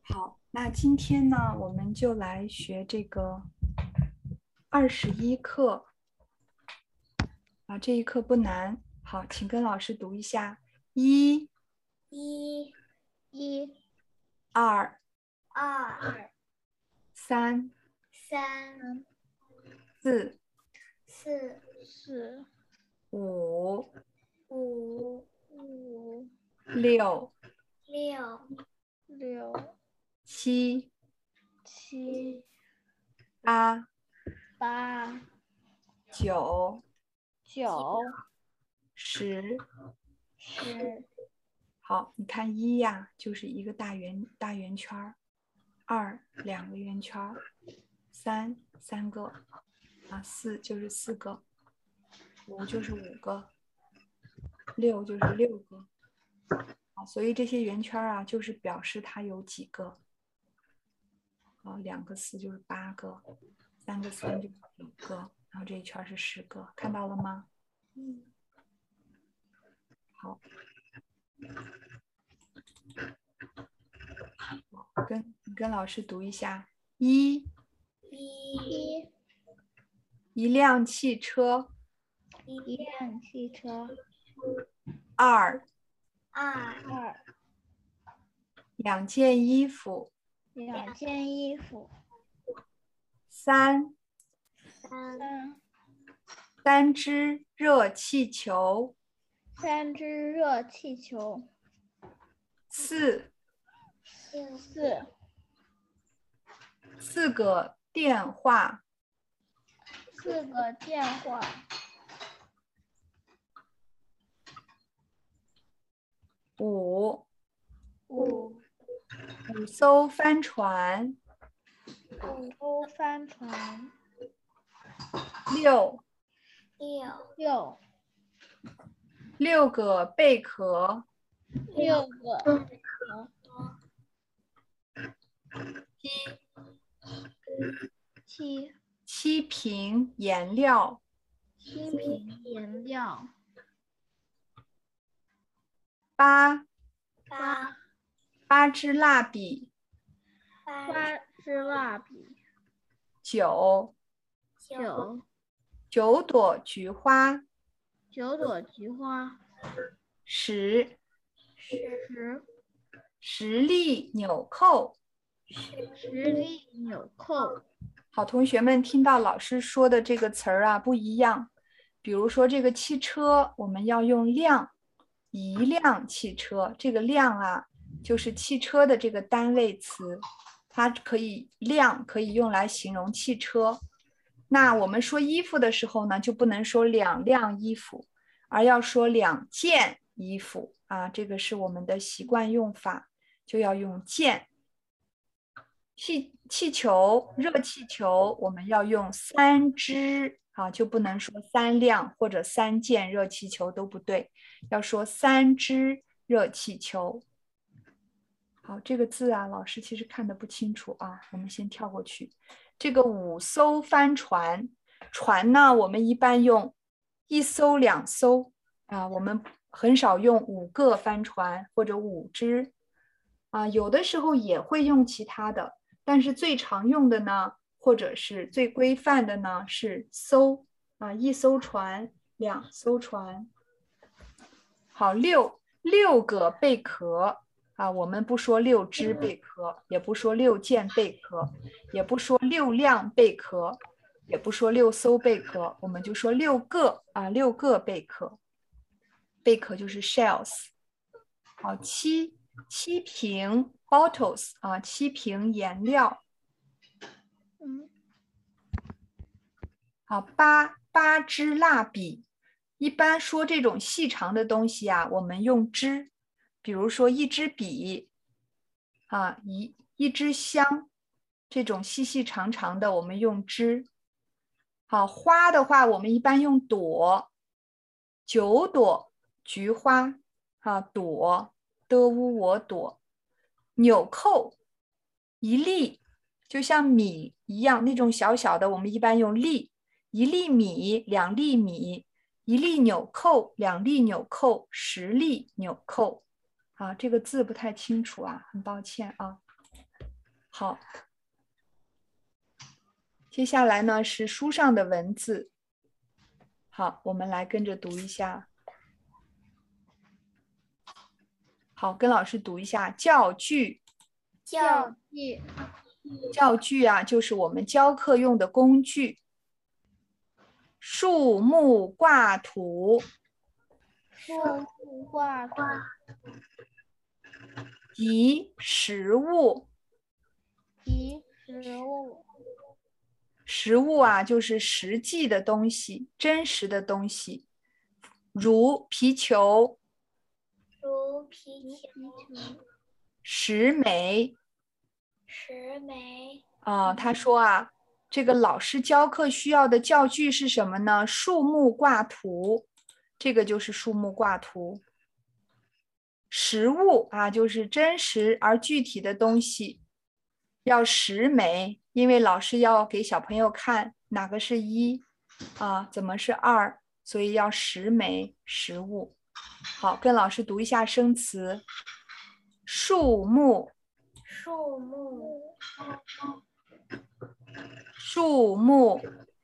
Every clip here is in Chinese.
好，那今天呢，我们就来学这个21课啊，这一课不难。好，请跟老师读一下：一、 一、 二、 二、 三、 三、 四、 四、 五、 五、 六、 六、 七、 七、 八、 八、 九、 九、 十。 十。 好，你看一呀，就是一个大圆圈儿；二2个圆圈儿；3个啊；四就是4个；五就是5个；六就是6个。啊，所以这些圆圈啊，就是表示它有几个。啊，2个4就是8个，3个3就是9个，然后这一圈是10个，看到了吗？好，跟老师读一下：一辆汽车； 一辆汽车。 二二、 2件衣服； 两件衣服。 三三、 3只热气球； 三只热气球。 四四、 个电话； 四个电话。 五五艘帆船； 艘帆船。 六六个贝壳； 个七瓶颜料； 七瓶颜料。 八八支蜡笔； 支蜡笔。 九朵菊花； 菊花。 十十粒纽扣。 粒纽扣。 好，同学们听到老师说的这个词儿啊不一样。比如说这个汽车，我们要用辆，一辆汽车。这个辆啊，就是汽车的这个单位词，它辆可以用来形容汽车。那我们说衣服的时候呢，就不能说2辆衣服，而要说2件衣服啊。这个是我们的习惯用法，就要用件。气球，热气球，我们要用3只啊，就不能说3辆或者3件热气球都不对，要说3只热气球。好，这个字啊，老师其实看得不清楚啊，我们先跳过去。这个5艘帆船，船呢，我们一般用1艘、2艘啊，我们很少用5个帆船或者5只啊，有的时候也会用其他的。但是最常用的呢，或者是最规范的呢，是艘啊，1艘船、2艘船。好，六个贝壳啊，我们不说6只贝壳，也不说6件贝壳，也不说6辆贝壳，也不说6艘贝壳，我们就说6个啊，6个贝壳。贝壳就是 shells。好，七瓶 bottles 啊，7瓶颜料。好，八支蜡笔。一般说这种细长的东西啊，我们用支，比如说一支笔啊，一支香，这种细细长长的我们用支。好，花的话我们一般用朵，9朵菊花啊，朵我朵。纽扣1粒，就像米一样那种小小的，我们一般用粒。1粒米、2粒米，1粒纽扣、2粒纽扣、10粒纽扣。啊，这个字不太清楚啊，很抱歉啊。 好，接下来呢是书上的文字。好，我们来跟着读一下。好，跟老师读一下教具。 教具， 教具啊，就是我们教课用的工具。树木挂图， 树木挂图， 及食物。 及食物， 食物啊，就是实际的东西，真实的东西，如皮球、 如皮球、 石梅。 石梅。 他说啊，这个老师教课需要的教具是什么呢？树木挂图，这个就是树木挂图。实物啊，就是真实而具体的东西，要实枚，因为老师要给小朋友看哪个是一啊，怎么是二，所以要实枚实物。好，跟老师读一下生词：树木、 树木、 树木、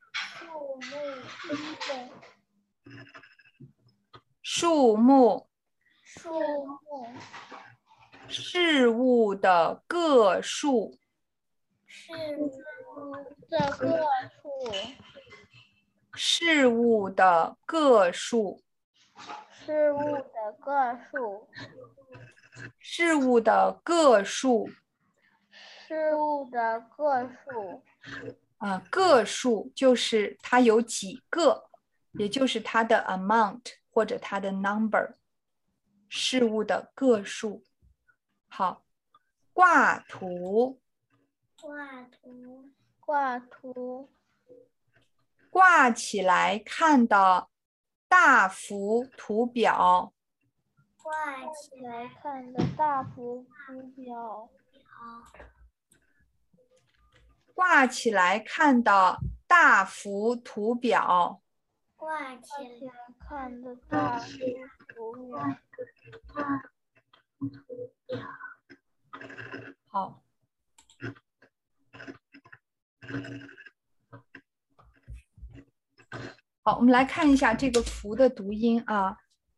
树木、 树木， 事物的个数、 事物的个数， 事物的个数、 事物的个数， 事物的个数。 事物的个数， 个数就是它有几个，也就是它的 amount 或者它的 number， 事物的个数。好，挂图， 挂图、 挂图， 挂起来看的大幅图表， 挂起来看的大幅图表， 挂起来看的大幅图表。 挂起起来看的大幅图表， 好，好，我们来看一下这个福的读音啊。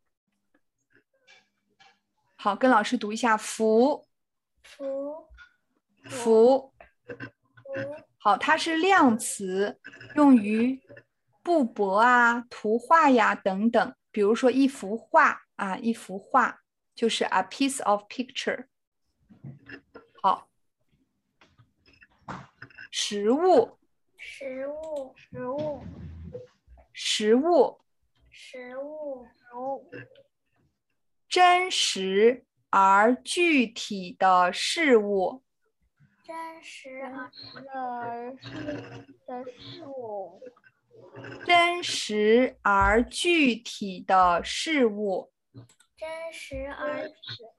好，跟老师读一下福， 福、 福。好，它是量词，用于布帛啊、图画呀等等。比如说一幅画啊，一幅画就是 a piece of picture。好，食物， 食物、 食物， 食物， 食物、 食物， 真实而具体的事物。 真实的事物， 真实而具体的事物。 真实而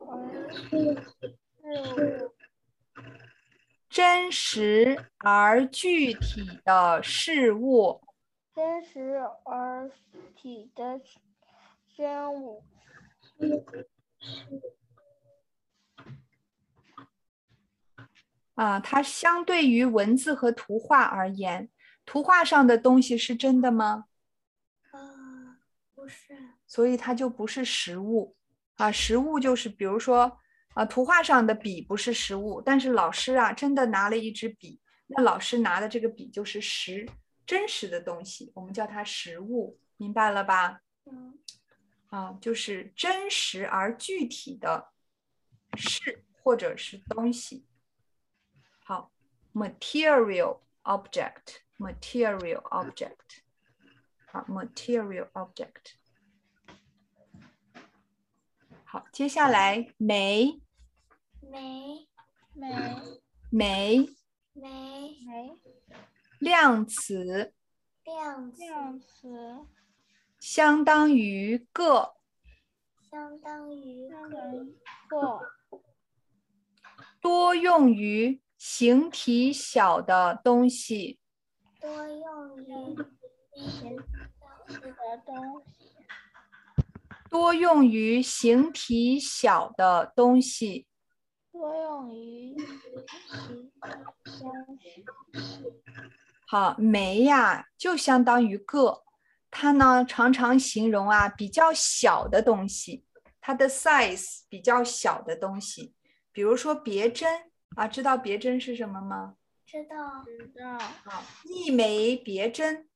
真实而具体的事物。 真实而体的生物， 它相对于文字和图画而言，图画上的东西是真的吗？ 不是。 所以它就不是实物啊。实物就是比如说图画上的笔不是实物，但是老师啊真的拿了一支笔，那老师拿的这个笔就是真实的东西，我们叫它实物，明白了吧？就是真实而具体的事或者是东西。好 ，material object，material object， 好 ，material object。好，接下来梅， 梅、 量词， 量词， 相当于个， 个， 多用于形体小的东西。 多用于的东西， 多用于形体小的东西。 多用于其中时。 好，枚呀就相当于个，它呢常常形容啊比较小的东西，它的 size 比较小的东西，比如说别针啊，知道别针是什么吗？ 知道。 知道。 好，一枚别针，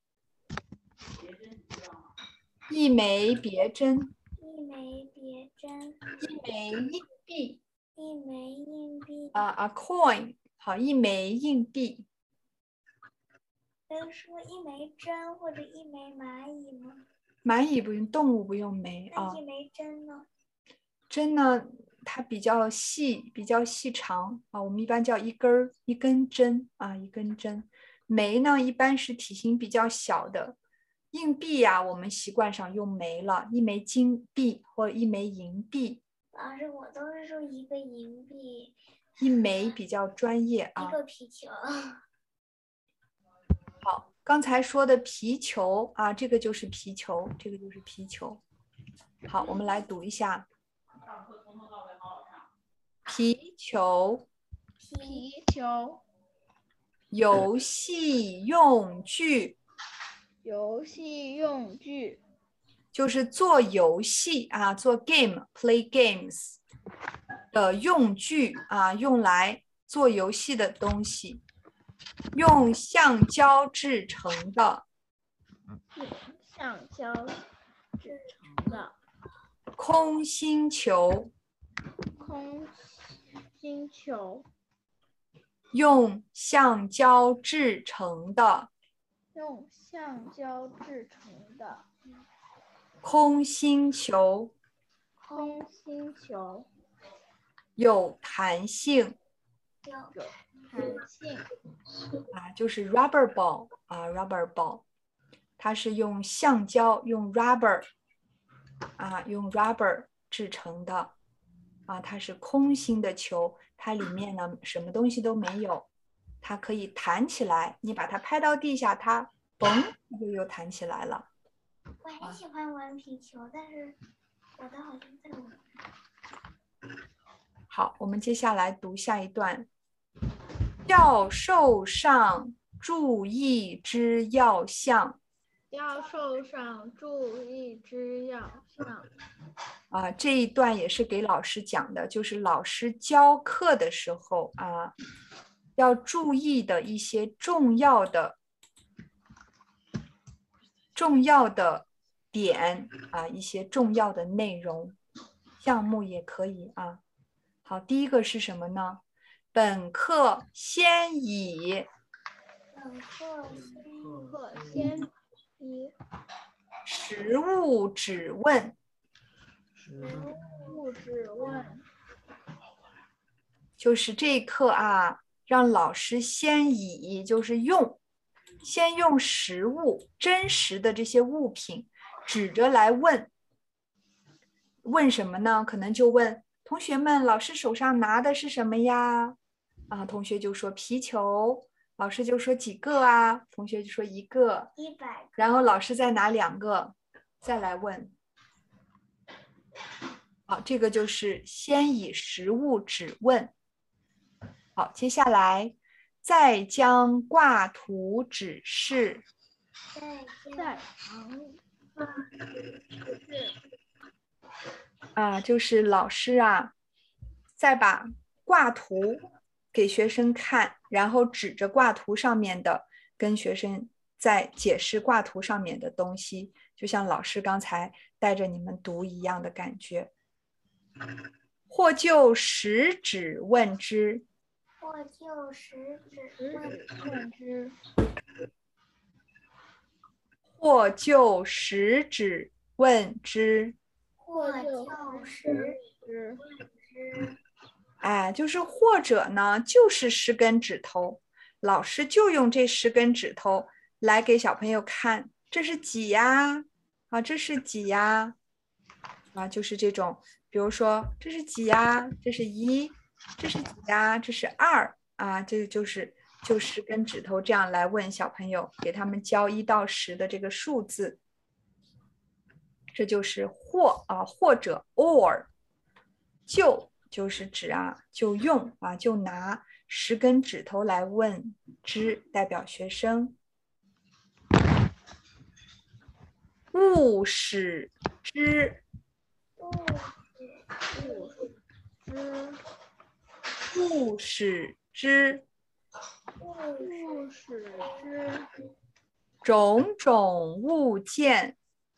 一枚别针， 一枚别针， 一枚硬币一枚硬币。 a coin， 好，一枚硬币。 能说一枚针或者一枚蚂蚁吗？ 蚂蚁不用，动物不用枚啊那一。枚针呢？ 针呢，它比较细，比较细长啊，我们一般叫一根儿一根针啊，一根针。枚呢，一般是体型比较小的。硬币呀，我们习惯上用枚了，一枚金币或者一枚银币。 老师，我都是说一个银币， 一枚比较专业一啊。 个皮球。 好，刚才说的皮球啊，这个就是皮球，这个就是皮球。好，我们来读一下。皮球， 皮球， 游戏用具， 游戏用具， 就是做游戏啊，做 play games 的用具啊，用来做游戏的东西，用橡胶制成的橡胶制成的空心球， 空心球， 用橡胶制成的用橡胶制成的空心球， 空心球， 有弹性有弹性， 啊，就是 rubber ball 啊，rubber ball，它是用橡胶，用 rubber 啊，用 rubber 制成的啊，它是空心的球，它里面呢什么东西都没有，它可以弹起来，你把它拍到地下，它嘣就又弹起来了。 我很喜欢玩皮球，但是我的好像在玩。 好，我们接下来读下一段。教授上注意之要项。 教授上注意之要项。 啊，这一段也是给老师讲的，就是老师教课的时候啊，要注意的一些重要的点啊，一些重要的内容，项目也可以啊。好，第一个是什么呢？本课先以先以实物指问， 物质问， 就是这一课啊，让老师先以就是先用实物真实的这些物品指着来问。问什么呢？可能就问同学们，老师手上拿的是什么呀？啊，同学就说皮球，老师就说几个啊？同学就说一个 100个。 然后老师再拿2个，再来问。好，这个就是先以实物指问。好，接下来再将挂图指示。 在就是老师啊，再把挂图给学生看，然后指着挂图上面的，跟学生再解释挂图上面的东西，就像老师刚才带着你们读一样的感觉。或就实指问之， 或就实指问之， 或就实指问之。 或就实指之。 就是或者呢，就是10根指头，老师就用这10根指头来给小朋友看，这是几呀？啊，这是几呀？啊，就是这种，比如说这是几呀？这是1，这是几呀？这是2啊，这个就是就10根指头这样来问小朋友，给他们教1到10的这个数字，这就是或者 or。就就是指就用就拿10根指头来问之，代表学生。勿使之，勿使之，种种物件，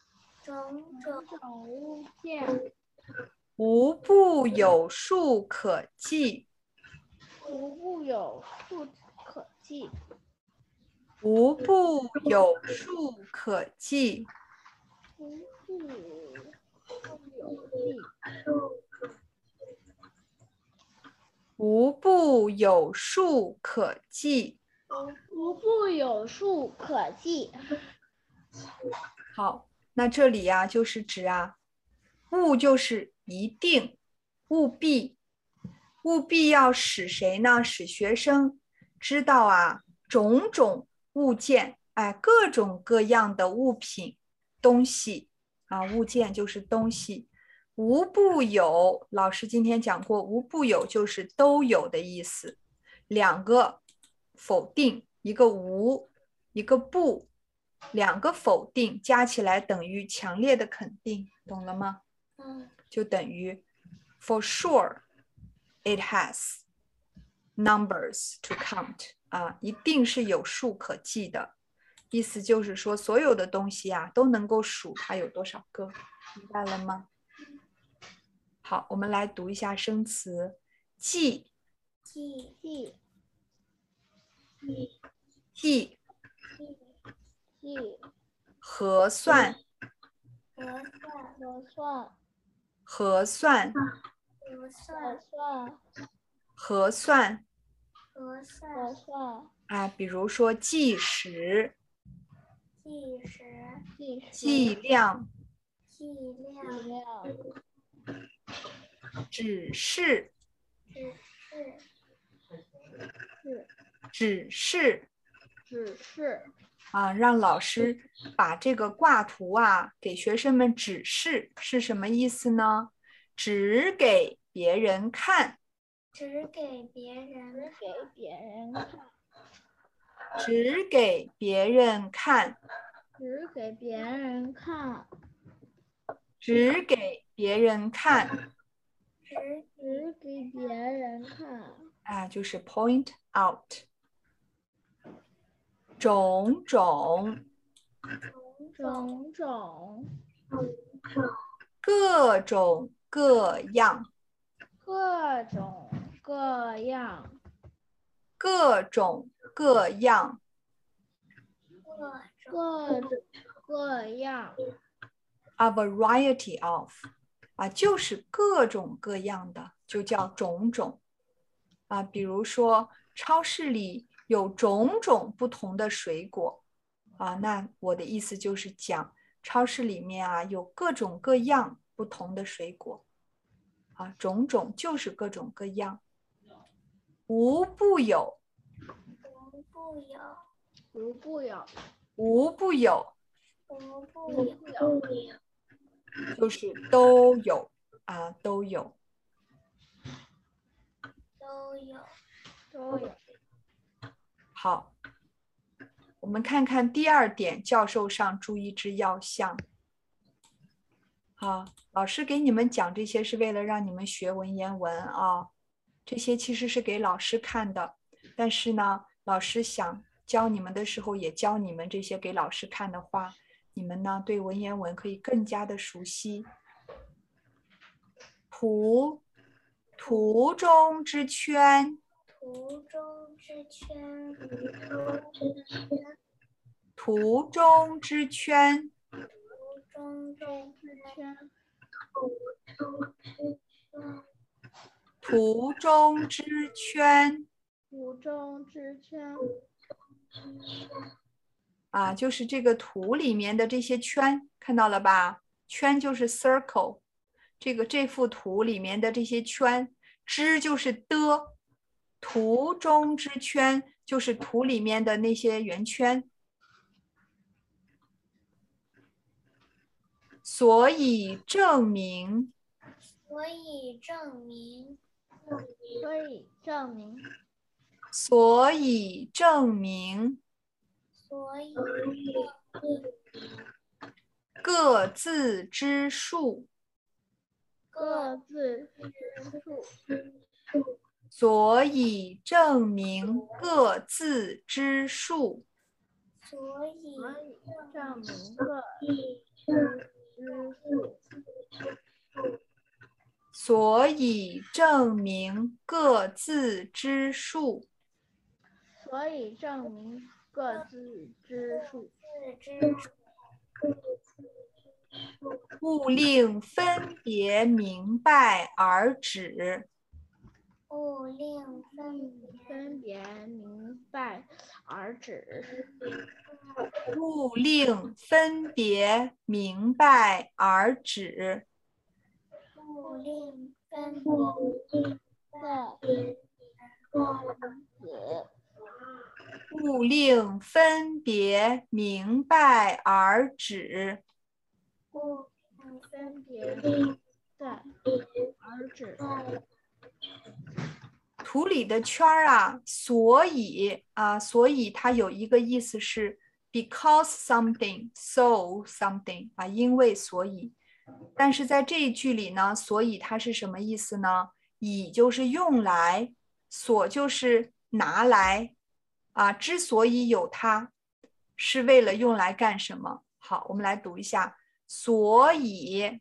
无不有数可计，无不有数可计，无不有数可计。好，那这里就是指务就是一定，务必要使谁呢？使学生知道种种物件，各种各样的物品、东西物件就是东西。无不有，老师今天讲过，无不有就是都有的意思。2个否定，一个无，一个不，2个否定加起来等于强烈的肯定，懂了吗？就等于 For sure it has numbers to count 一定是有数可计的。意思就是说，所有的东西都能够数它有多少个，明白了吗？好，我们来读一下生词：计、核算、核算、比如说计时、计量、指示、让老师把这个挂图给学生们指示是什么意思呢？指给别人看， 只给别人看，就是 point out。种种，各种各样，各种各样，a variety of 就是各种各样的，就叫种种比如说超市里有种种不同的水果那我的意思就是讲超市里面有各种各样不同的水果种种就是各种各样。无不有，就是都有都有。好，我们看看第2点，教授上注意之要项。老师给你们讲这些是为了让你们学文言文这些其实是给老师看的，但是呢，老师想教你们的时候也教你们这些给老师看的话，你们呢对文言文可以更加的熟悉。图中之圈，图中之圈，图中之圈，就是这个图里面的这些圈，看到了吧？圈就是 circle， 这幅图里面的这些圈，之就是的，图中之圈就是图里面的那些圆圈。所以证明所以证明， 所以证明各自之数，所以证明各自之数， 所以证明各所以证明各自之数， 所以证明各自之数， 勿令分别明白而止。 勿令分别明白而止。 勿令分别明白而止。 勿令分别勿令分别明白而止。 勿分别而止。 图里的圈儿啊，所以它有一个意思是 because something, so something 啊，因为所以。但是在这一句里呢，所以它是什么意思呢？以就是用来，所就是拿来啊。之所以有它，是为了用来干什么？好，我们来读一下，所以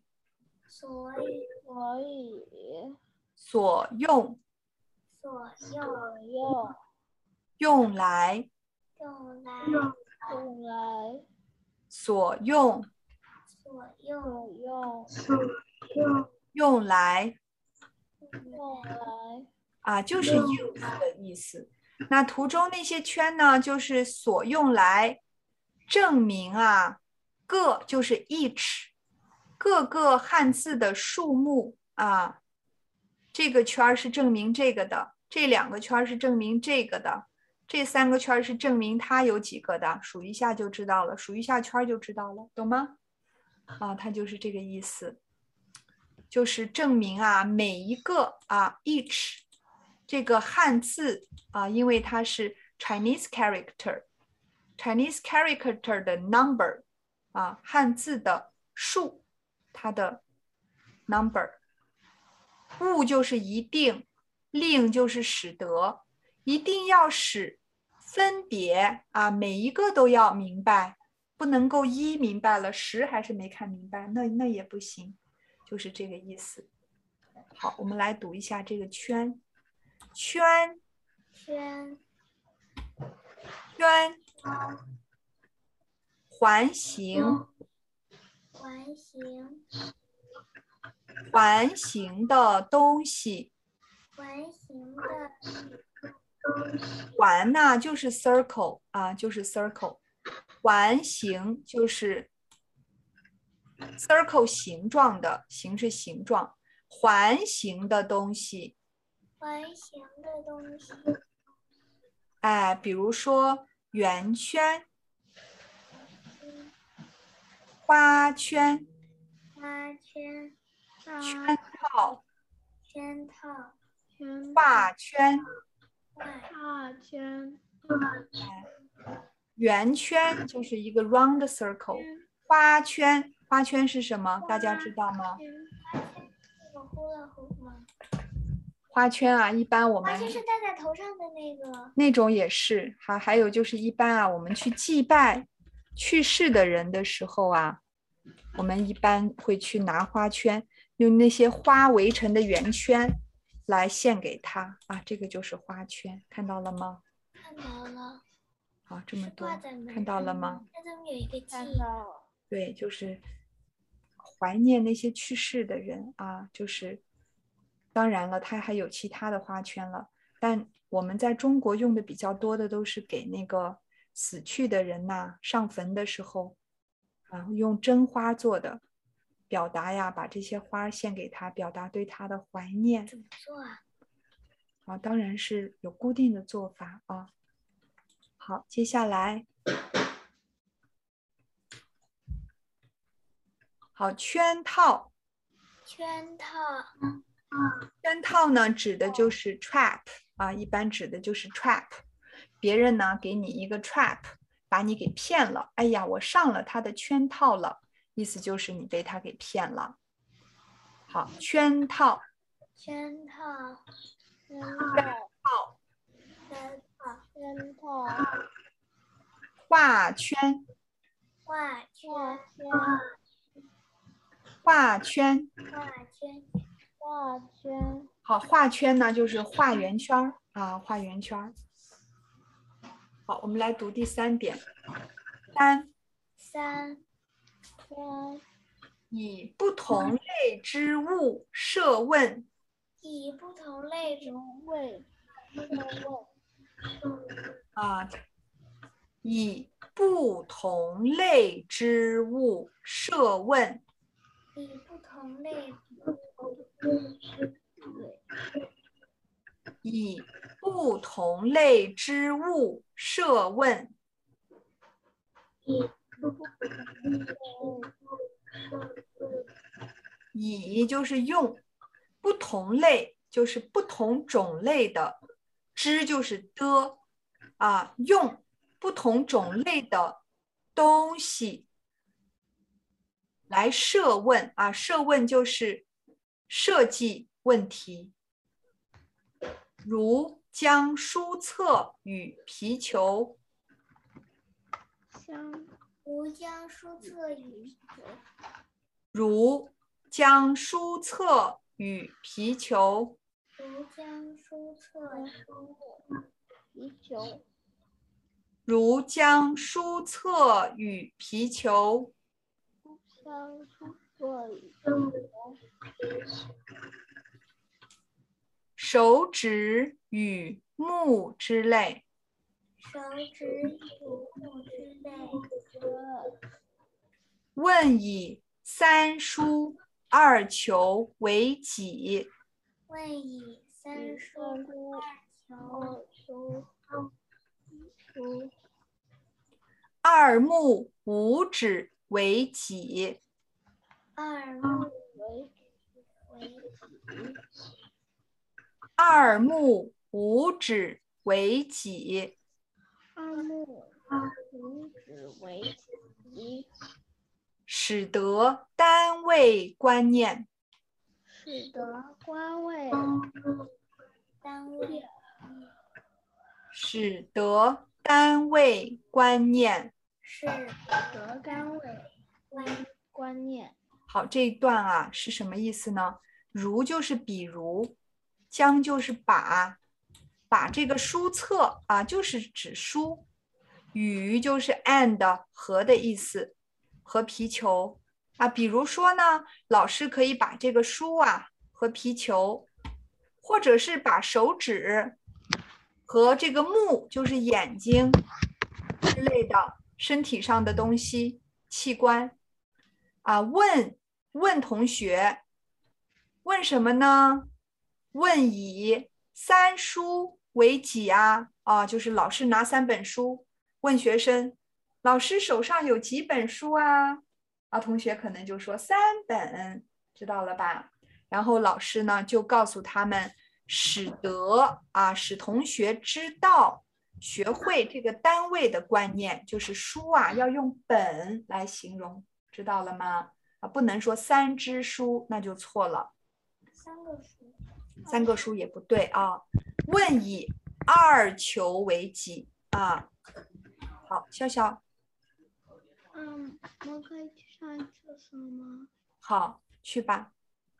所用用来所用用来啊，就是 use 的意思。那图中那些圈呢，就是所用来证明啊，各就是 each 各个汉字的数目啊。这个圈是证明这个的，这两个圈是证明这个的，这三个圈是证明它有几个的，数一下就知道了，数一下圈就知道了，懂吗？啊，它就是这个意思，就是证明啊每一个啊 each 这个汉字啊，因为它是 Chinese character 的 number 啊，汉字的数，它的 number。勿就是一定，令就是使得，一定要使分别啊，每一个都要明白，不能够一明白了，十还是没看明白，那也不行，就是这个意思。好，我们来读一下这个圈，圈环形的东西，环呢就是 circle 啊，就是 circle， 环形就是 circle 形状的，形是形状，环形的东西，哎，比如说圆圈、花圈、圈套、画圈、圆圈就是一个 round circle， 花圈是什么？大家知道吗？花圈啊，一般我们是戴在头上的那个， 那种也是，还有就是一般啊，我们去祭拜去世的人的时候啊，我们一般会去拿花圈，用那些花围成的圆圈来献给他啊，这个就是花圈，看到了吗？ 看到了。 好，这么多，看到了吗？ 那怎么有一个看记？ 到了。 对，就是怀念那些去世的人啊，就是当然了，它还有其他的花圈了，但我们在中国用的比较多的都是给那个死去的人呐，上坟的时候啊，用真花做的，表达呀，把这些花献给他，表达对他的怀念。 怎么做啊？ 啊，当然是有固定的做法啊。好，接下来，好，圈套圈套， 圈套呢，指的就是 trap 啊，一般指的就是 trap。别人呢给你一个 trap， 把你给骗了。哎呀，我上了他的圈套了，意思就是你被他给骗了。好，圈套， 圈套， 圈套， 圈套， 圈套， 画圈， 画圈， 画圈。 画圈， 画圈， 好，画圈呢就是画圆圈儿啊，画圆圈儿。好，我们来读第3点。 三， 以不同类之物设问。 以不同类之问， 啊，以不同类之物设问。 以不同类以不同类之物设问。以就是用，不同类就是不同种类的，之就是的啊，用不同种类的东西来设问啊，设问就是设计问题。如将书册与皮球， 如将书册与如将书册与皮球， 如将书册皮球， 如将书册与皮球。 将书册与手指与目之类， 手指与目之类。 问以三书二求为己。 问以三书二求二目五指为己。 二目为二目五指为己。 二目五指为己， 使得单位观念， 使得单位使得单位观念。 使得单位观念。 好，这一段啊是什么意思呢？如就是比如，将就是把这个书册啊，就是指书，与就是and和的意思，和皮球啊。比如说呢，老师可以把这个书啊和皮球，或者是把手指和这个目，就是眼睛之类的身体上的东西器官啊，问同学，问什么呢？问以三书为己啊，就是老师拿3本书问学生，老师手上有几本书啊？同学可能就说3本，知道了吧？然后老师呢就告诉他们，使同学知道学会这个单位的观念，就是书啊要用本来形容，知道了吗？不能说3只书，那就错了。3个书也不对啊。问以二求为己啊。好，笑笑。 我可以去上厕所吗？ 好，去吧。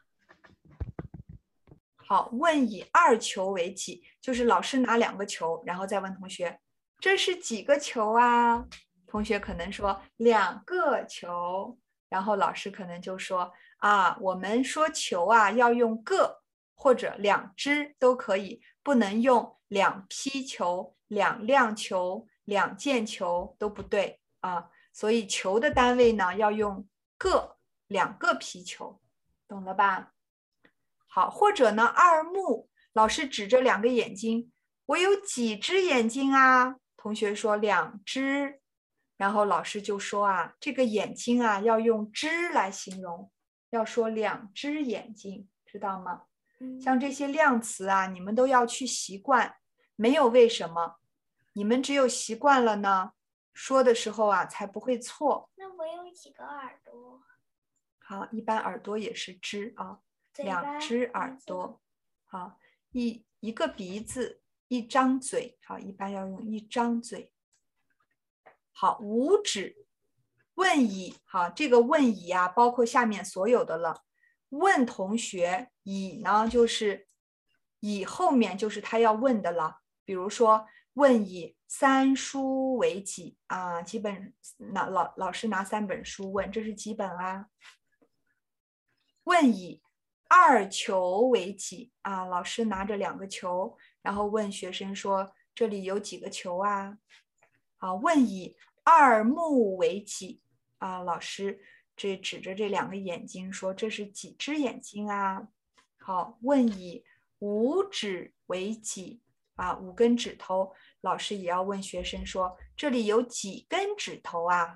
好，问以二求为己，就是老师拿2个球，然后再问同学，这是几个球啊？同学可能说2个球，然后老师可能就说我们说球啊要用个或者2只都可以，不能用2批球、2辆球、2件球都不对啊。所以球的单位呢要用个，2个皮球，懂了吧？好，或者呢二目，老师指着2个眼睛，我有几只眼睛啊？同学说2只，然后老师就说这个眼睛啊要用只来形容， 要说两只眼睛，知道吗？ 嗯像这些量词啊，你们都要去习惯，没有为什么，你们只有习惯了呢，说的时候啊才不会错。 那我有几个耳朵？ 好，一般耳朵也是只啊， 嘴巴两只耳朵。好，一个鼻子，一张嘴。好，一般要用一张嘴。好，五指。问乙，好，这个问乙啊，包括下面所有的了。问同学，乙呢就是乙后面就是他要问的了。比如说，问乙三书为几啊？基本老师拿3本书问，这是几本啊？问乙二球为几啊？老师拿着2个球，然后问学生说：“这里有几个球啊？”好，问乙二目为几啊？老师这指着这2个眼睛说：“这是几只眼睛啊？”好，问乙五指为几啊？5根指头。老师也要问学生说：“这里有几根指头啊？”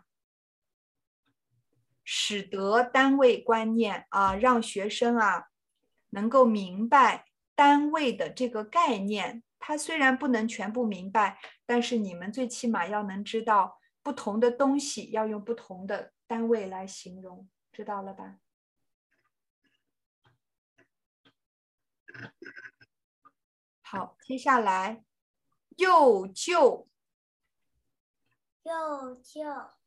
使得单位观念啊，让学生啊能够明白单位的这个概念。他虽然不能全部明白，但是你们最起码要能知道不同的东西要用不同的单位来形容，知道了吧？好，接下来又旧又旧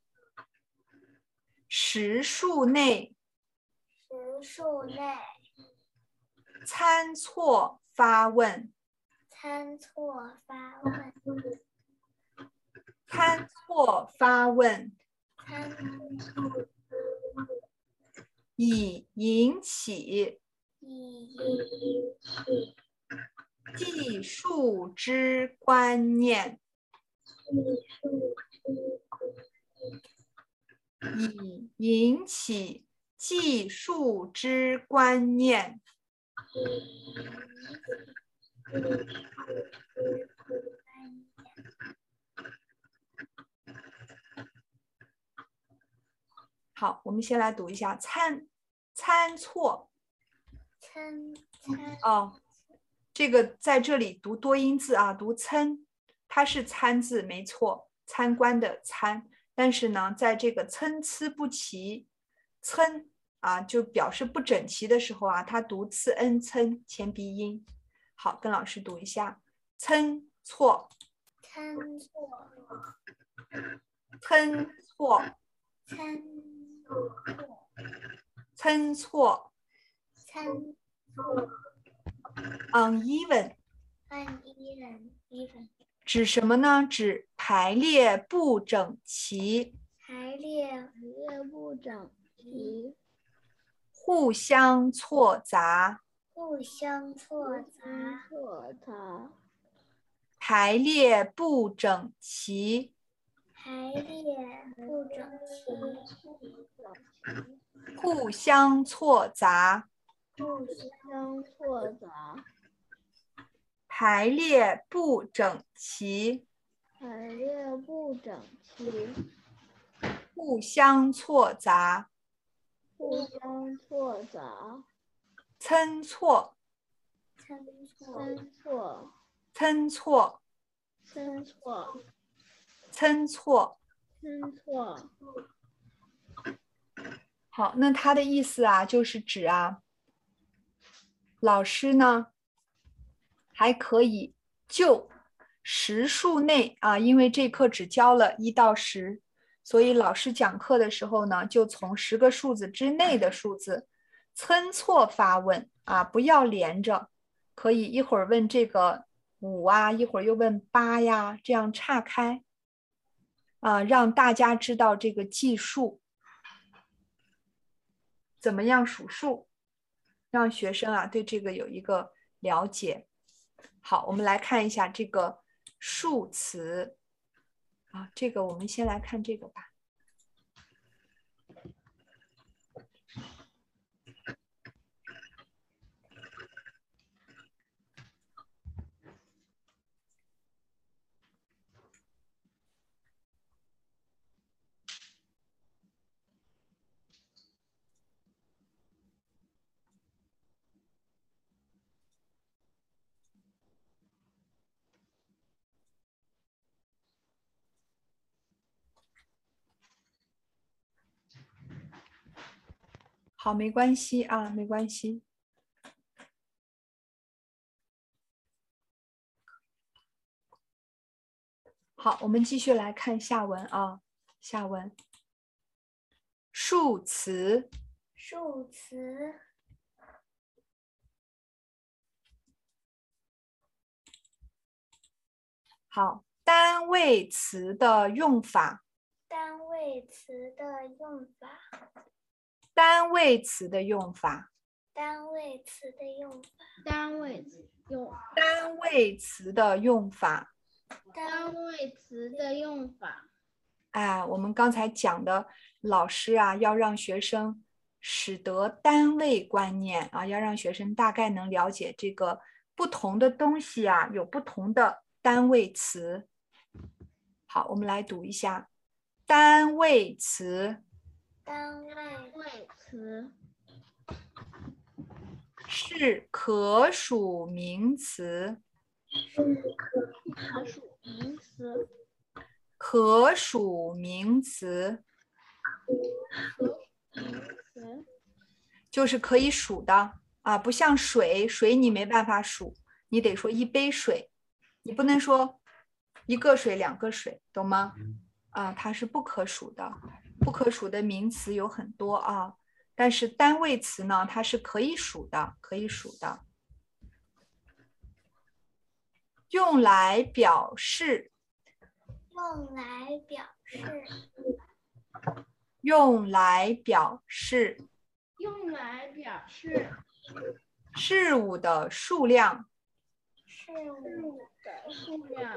实数内实数内参错发问， 参错发问， 参错发问参以引起以计数之观念，以引起计数之观念。好，我们先来读一下参错参哦，这个在这里读多音字啊，读参，它是参字没错，参观的参，但是呢，在这个参差不齐，参啊就表示不整齐的时候啊，它读次恩参前鼻音。好，跟老师读一下，参错， 参错参错， 参参错参错 ，uneven。 uneven 指什么呢？指排列不整齐， 排列不整齐， 互相错杂。 互相错杂， 排列不整齐， 排列不整齐， 互相错杂。 互相错杂， 排列不整齐， 排列不整齐， 互相错杂。 互相错杂， 参错， 参错， 参错， 参错， 参错。 参错， 好，那它的意思啊，就是指啊，老师呢还可以就10数内啊，因为这课只教了1到10，所以老师讲课的时候呢，就从10个数字之内的数字参错发问啊，不要连着，可以一会儿问这个5啊，一会儿又问8呀，这样岔开啊，让大家知道这个计数怎么样数数，让学生啊对这个有一个了解。好，我们来看一下这个数词啊，这个我们先来看这个吧。 好，没关系啊，没关系。好，我们继续来看下文啊。下文，数词， 数词， 好，单位词的用法， 单位词的用法， 单位词的用法， 单位词的用法， 单位词用单位词的用法。 单位词的用法。 哎，我们刚才讲的，老师啊，要让学生使得单位观念啊，要让学生大概能了解这个不同的东西啊，有不同的单位词。好，我们来读一下单位词。 单位词是可数名词， 可数名词， 可数名词名词就是可以数的啊，不像水，水你没办法数，你得说一杯水，你不能说一个水、两个水，懂吗？啊，它是不可数的，不可数的名词有很多啊，但是单位词呢，它是可以数的，可以数的，用来表示， 用来表示， 用来表示用来表示事物的数量， 事物的数量，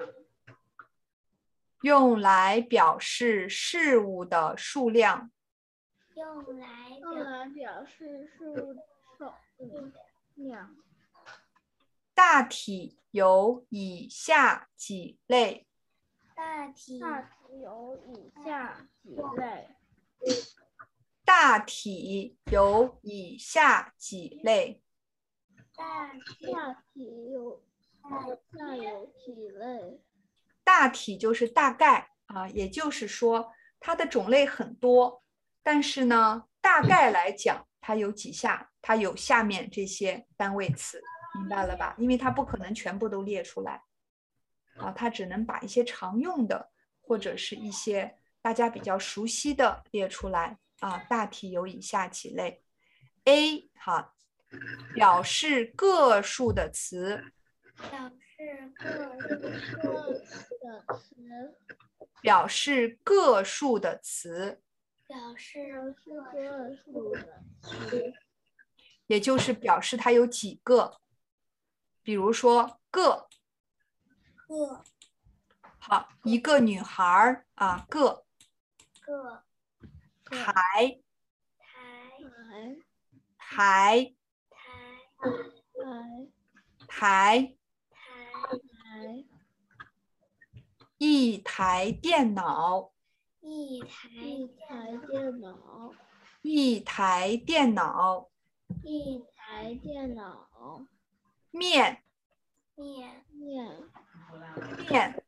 用来表示事物的数量。 用来表示事物的数量。 大体有以下几类， 大体有以下几类， 大体有以下几类。 大体有几类， 大体就是大概啊，也就是说它的种类很多，但是呢，大概来讲，它有几下，它有下面这些单位词，明白了吧？因为它不可能全部都列出来啊，它只能把一些常用的或者是一些大家比较熟悉的列出来啊。大体有以下几类 ：A 好，表示个数的词， 表示表示个数的词， 表示个数的词， 也就是表示它有几个。比如说个， 个好，一个女孩儿啊，个个台台台台台一台电脑一台电脑， 一台电脑一台电脑， 面面面面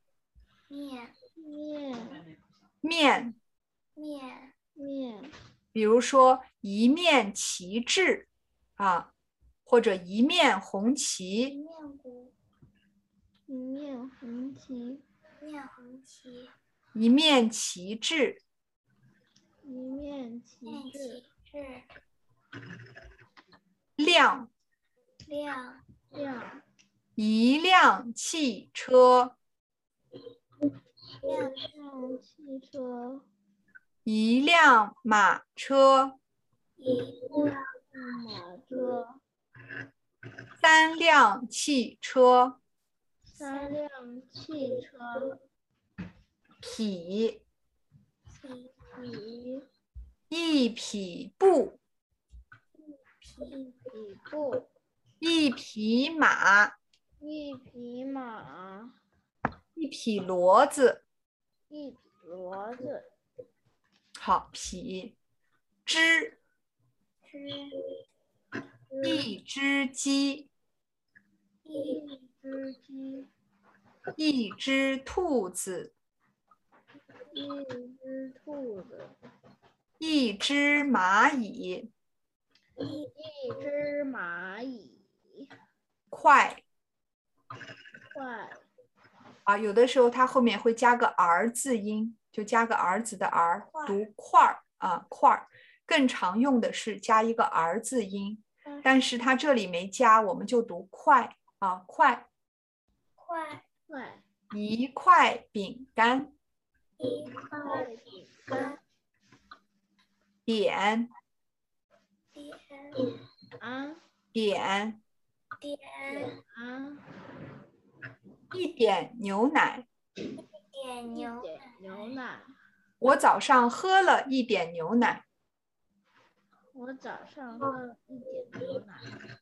面， 面比如说一面旗帜啊，或者一面红旗， 一面红旗， 一面旗帜。 一面旗面帜， 旗帜辆辆一辆汽车辆汽车， 一辆马车一辆马车， 三辆汽车三辆汽车， 匹匹一匹布匹布， 一匹马一匹马， 一匹骡子。 一匹骡子， 好，匹只一只鸡一只鸡， 一只兔子一只兔子， 一只蚂蚁一只蚂蚁， 快快啊，有的时候它后面会加个儿字音，就加个儿子的儿，读块儿啊，块儿。更常用的是加一个儿字音，但是它这里没加，我们就读快啊，快。 快快一块饼干， 一块饼干， 点点啊点点啊， 一点牛奶。 点一点牛奶， 牛奶。 我早上喝了一点牛奶。 我早上喝了一点牛奶。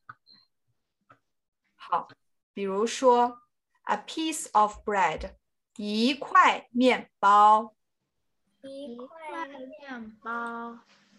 好，比如说 a piece of bread， 一块面包。 一一块块面包。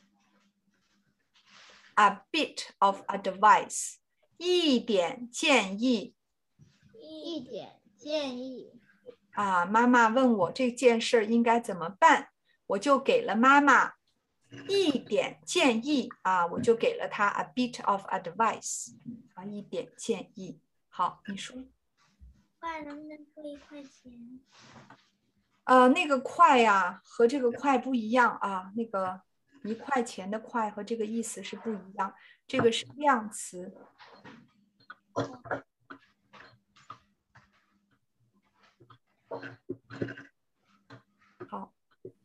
a bit of advice， 一点建议。 一点建议。 啊，妈妈问我这件事应该怎么办，我就给了妈妈一点建议啊，我就给了她 a bit of advice 啊，一点建议。好，你说。 快能不能出1块钱？ 那个快呀，和这个快不一样啊，那个1块钱的快和这个意思是不一样，这个是量词。好，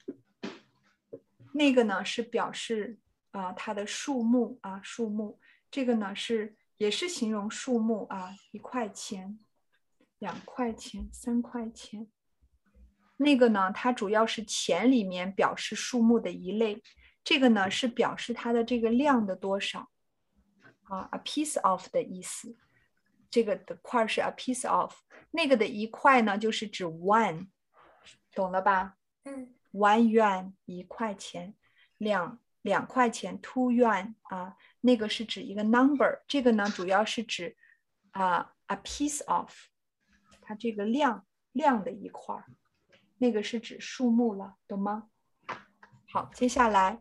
那个呢是表示它的数目啊，数目。这个呢也是形容数目啊，1块钱、2块钱、3块钱。那个呢，它主要是钱里面表示数目的一类。这个呢是表示它的这个量的多少啊 ，a piece of 的意思。这个的块是 a piece of， 那个的1块呢就是指 one， 懂了吧？1 yuan 1块钱，2块钱 2 yuan 啊，那个是指一个 number， 这个呢主要是指a piece of， 它这个量的一块，那个是指数目了，懂吗？好，接下来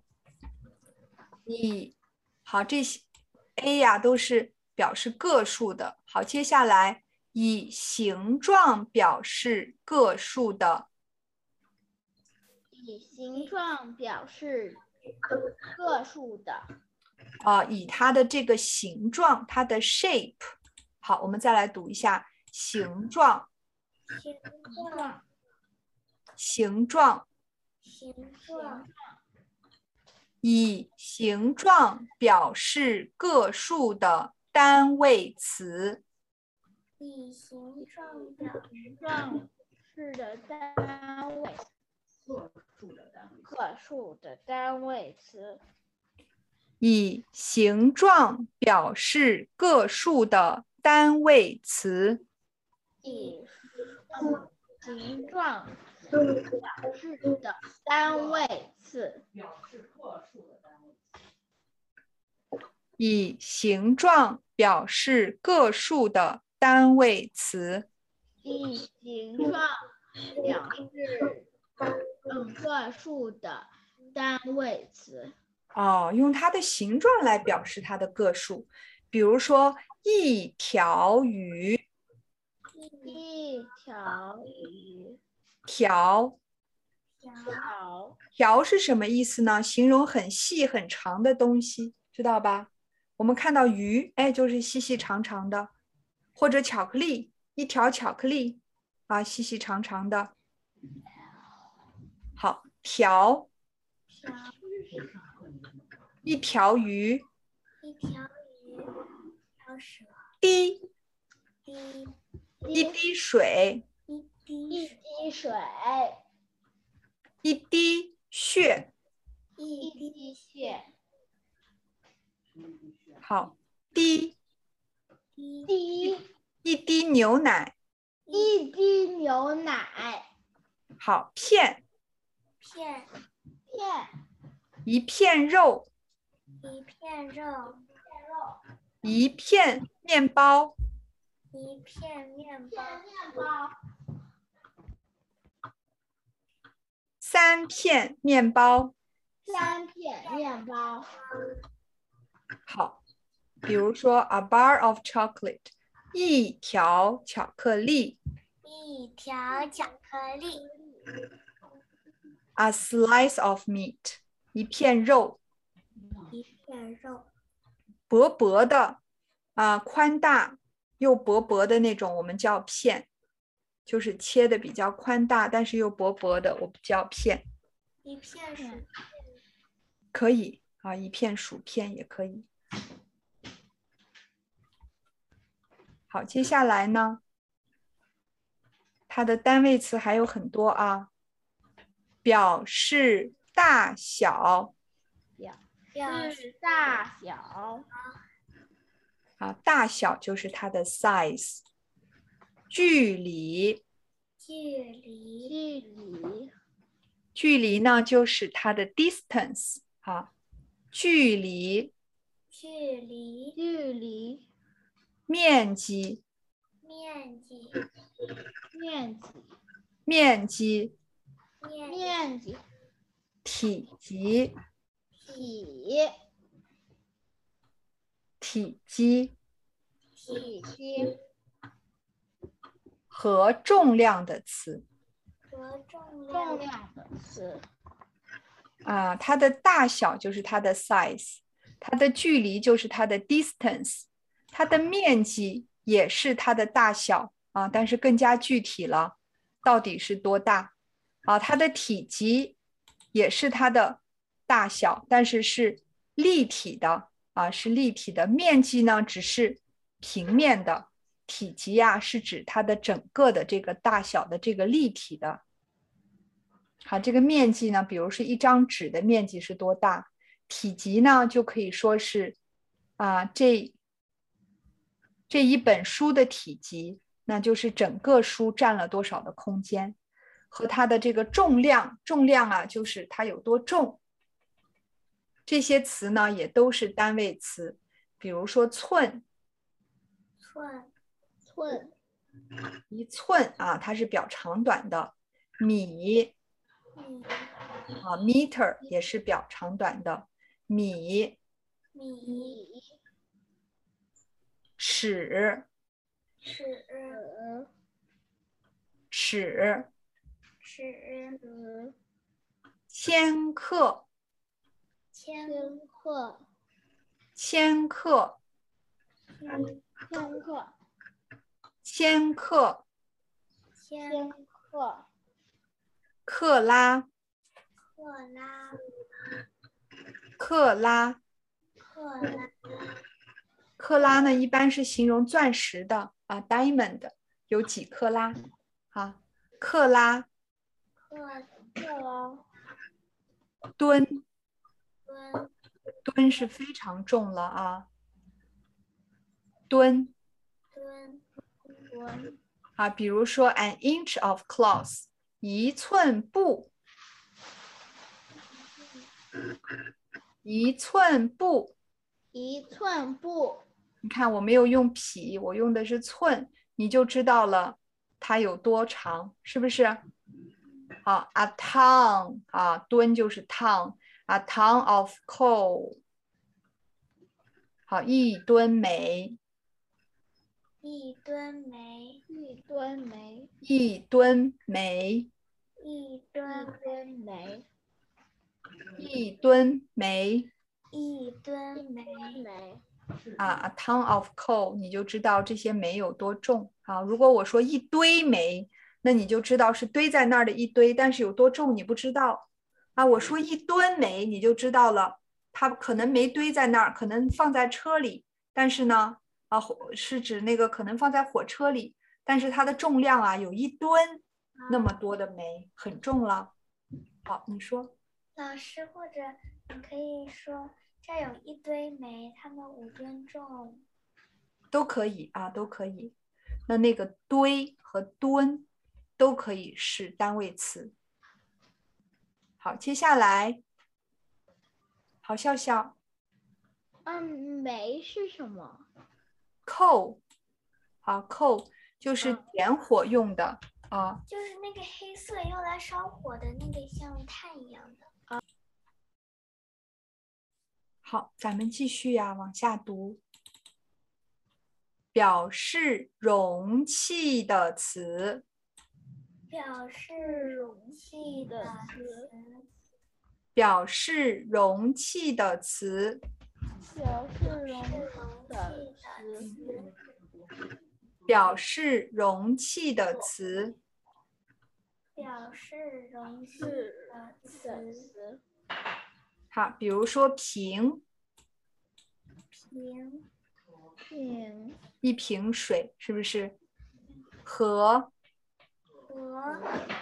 好，这些 A 呀都是表示个数的。好，接下来以形状表示个数的。 以形状表示个数的。 以它的这个形状，它的 shape。好，我们再来读一下形状， 形状形状。 形状以形状表示个数的单位词。 以形状表形状是的单位。个数的单位词。 以形状表示个数的单位词。 以形状表示的单位词。 以形状表示个数的单位词。 以形状表示个数的单位词。 用它的形状来表示它的个数，比如说一条鱼。 一条鱼。 条是什么意思呢？形容很细很长的东西，知道吧？我们看到鱼，哎，就是细细长长的，或者巧克力，一条巧克力啊，细细长长的。好，条，一条鱼。 一条鱼，条蛇。 滴， 滴一滴水。 一一滴滴水。 一滴血。 一一滴血。 好，滴， 滴一滴牛奶。 一滴牛奶。 好，片， 片一片肉。 一片肉。 一片面包。 一片面包。 3片面包。 3片面包。 好， 比如说 a bar of chocolate， 一条巧克力。 一条巧克力。 A slice of meat， 一片肉。 一片肉。 薄薄的宽大又薄薄的那种，我们叫片，就是切的比较宽大，但是又薄薄的，我们叫片。 一片薯片。 可以啊，一片薯片也可以。好，接下来呢，它的单位词还有很多啊，表示大小。 表示大小。 大小就是它的 size。距离。距离呢就是它的 distance。距离。面积。体积。体积。和重量的词。它的大小就是它的 size， 它的距离就是它的 distance， 它的面积也是它的大小但是更加具体了，到底是多大它的体积也是它的大小，但是是立体的是立体的。面积呢只是平面的，体积是指它的整个的这个大小的这个立体的。好，这个面积呢，比如是一张纸的面积是多大，体积呢就可以说是这一本书的体积，那就是整个书占了多少的空间。和它的这个重量就是它有多重。这些词呢也都是单位词，比如说寸。一寸它是表长短的。米meter 也是表长短的。米。尺。千克。克拉。克拉呢，一般是形容钻石的diamond 有几克拉克拉。吨。吨是非常重了吨。比如说 an inch of cloth， 一寸布。你看我没有用匹，我用的是寸，你就知道了它有多长，是不是？a ton 吨就是 ton，a ton of coal。好，一吨煤。一吨煤。a ton of coal， 你就知道这些煤有多重如果我说一堆煤，那你就知道是堆在那儿的一堆，但是有多重你不知道我说一吨煤，你就知道了，它可能没堆在那儿，可能放在车里，但是呢是指那个可能放在火车里，但是它的重量有一吨那么多的煤，很重了。好，你说。 老师，或者你可以说这有一堆煤，它们5吨重。 都可以都可以。那个堆和吨都可以是单位词。好，接下来好笑笑。 煤是什么？ coal。好 coal 就是点火用的就是那个黑色用来烧火的那个像炭一样的。 好，咱们继续往下读。 表示容器的词， 表示容器的词， 表示容器的词， 表示容的词， 表示容器的词。 表示容器是的的词， 词， 好，比如说瓶， 瓶， 瓶， 一瓶水，是不是？和和，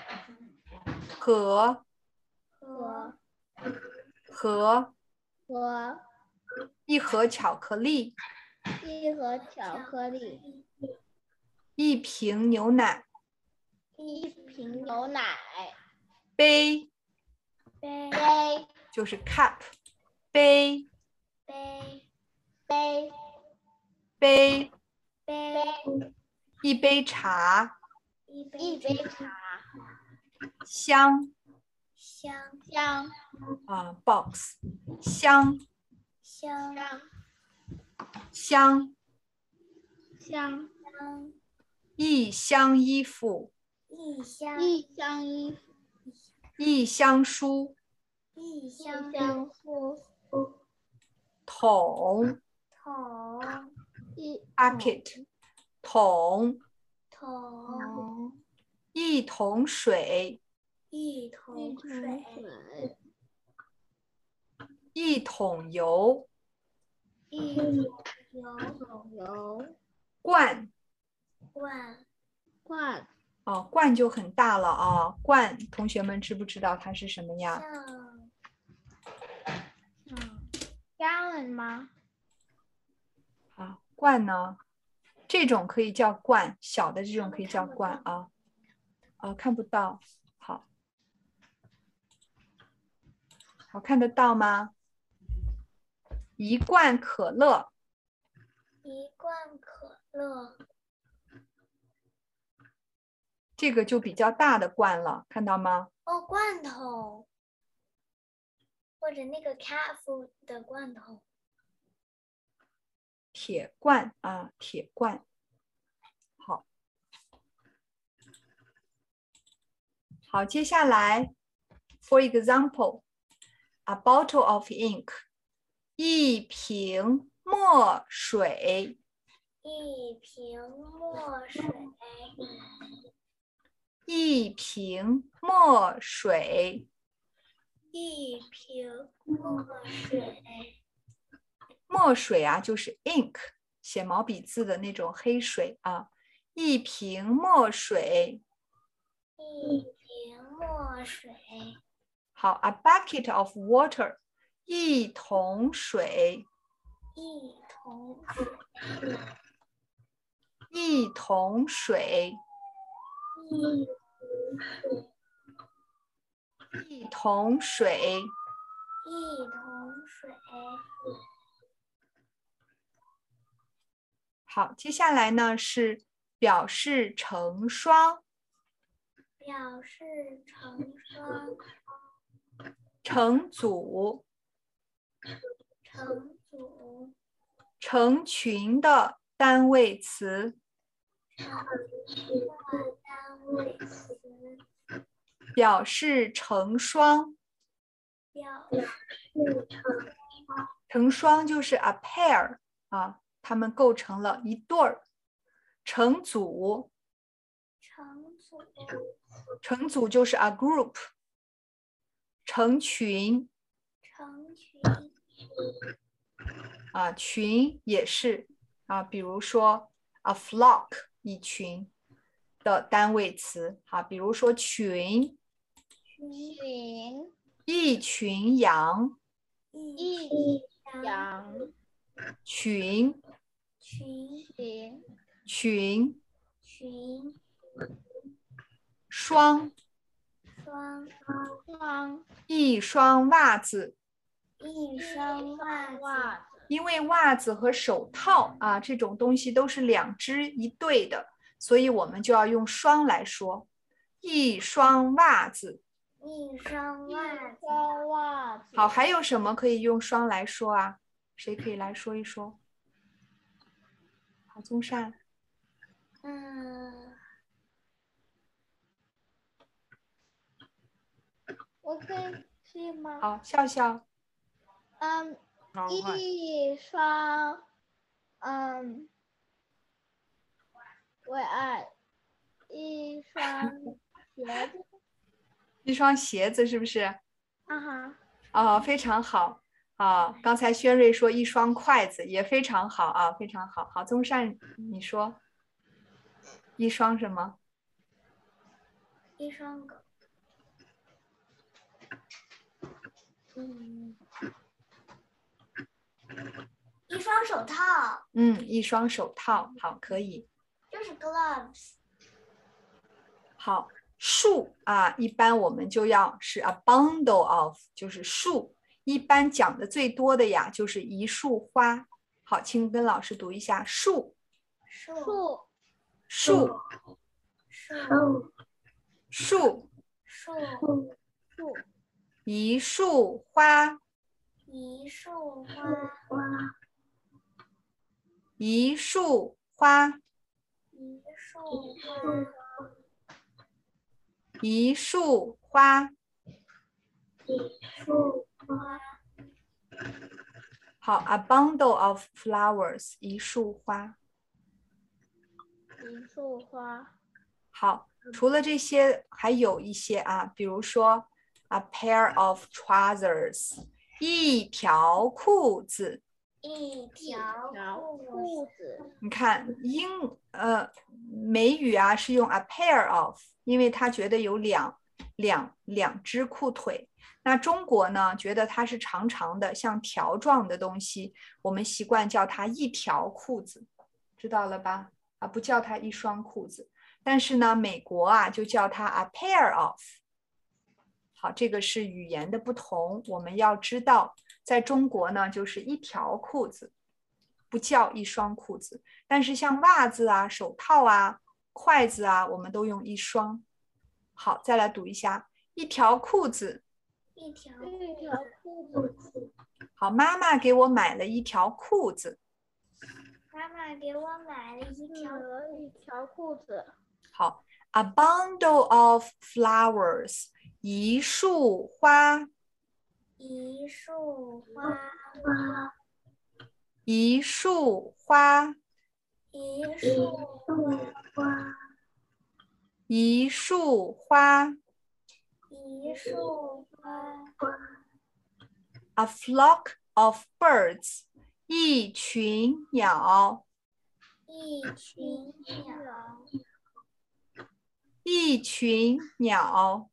和和， 和和一盒巧克力， 一盒巧克力， 一瓶牛奶， 一瓶牛奶， 杯杯， 杯， 就是 cup， 杯杯， 杯， 杯， 杯， 一杯茶， 一一杯茶， 箱香， 香， box， 箱香， 箱， 香， 香， 一箱衣服， 一箱， 一箱衣服， 一箱书， 一一箱箱书， 桶桶， 一 bucket， 桶， 桶， 一桶水， 一一桶桶水， 水， 一桶油， 一桶油， 桶油， 罐罐， 罐， 罐就很大了啊，罐，同学们知不知道它是什么呀？ gallon 吗？ 罐呢，这种可以叫罐，小的这种可以叫罐啊。看不到，好，看得到吗？一罐可乐， 一罐可乐， 这个就比较大的罐了，看到吗？ 哦，罐头，或者那个 cat food 的罐头， 铁罐啊，铁罐。好，接下来 ，for example， a bottle of ink， 一瓶墨水， 一瓶墨水， 一瓶墨水， 一瓶墨水， 墨水啊，就是 ink， 写毛笔字的那种黑水啊，一瓶墨水。 一瓶墨水， 好 ，a bucket of water， 一桶水， 一桶水， 一桶水，一桶水。 一桶水， 好，接下来呢是表示成双， 表示成双， 成组， 成组， 成群的单位词， 成群的单位词， 表示成双。 表示成双， 成双就是 a pair 啊，它们构成了一对儿。成组， 成组， 成组就是 a group。成群成群， 群也是比如说 a flock 一群的单位词比如说群， 群， 一群羊， 一一羊， 群群， 群， 群， 群， 双， 双， 双， 一双袜子， 一双袜子， 袜子， 因为袜子和手套这种东西都是两只一对的，所以我们就要用双来说。一双袜子。 一双袜子， 双袜子， 好，还有什么可以用双来说啊？谁可以来说一说？好， 宗善。 我可以吗？ 好，笑笑。 一双，为爱，一双鞋子。 一双鞋子是不是？ 啊哈。 哦，非常好啊！刚才轩瑞说一双筷子也非常好啊，非常好。好，宗善你说一双什么？ 一双狗。一双手套。 一双手套，好，可以。 就是 gloves。 好，数啊，一般我们就要是 a bundle of， 就是数。一般讲的最多的呀，就是一束花。好，请跟老师读一下树。一束花。一束花。好 ，a bundle of flowers， 一束花。好，除了这些，还有一些啊，比如说 a pair of trousers， 一条裤子。你看美语啊是用 a pair of， 因为他觉得有两只裤腿。那中国呢，觉得它是长长的像条状的东西，我们习惯叫它一条裤子，知道了吧？啊，不叫它一双裤子。但是呢，美国啊就叫它 a pair of。好，这个是语言的不同，我们要知道，在中国呢就是一条裤子，不叫一双裤子。但是像袜子啊、手套啊、筷子啊，我们都用一双。好，再来读一下，一条裤子。好，妈妈给我买了一条裤子。好 ，a bundle of flowers， 一束花。一束花。A flock of birds， 一群鸟。一群鸟。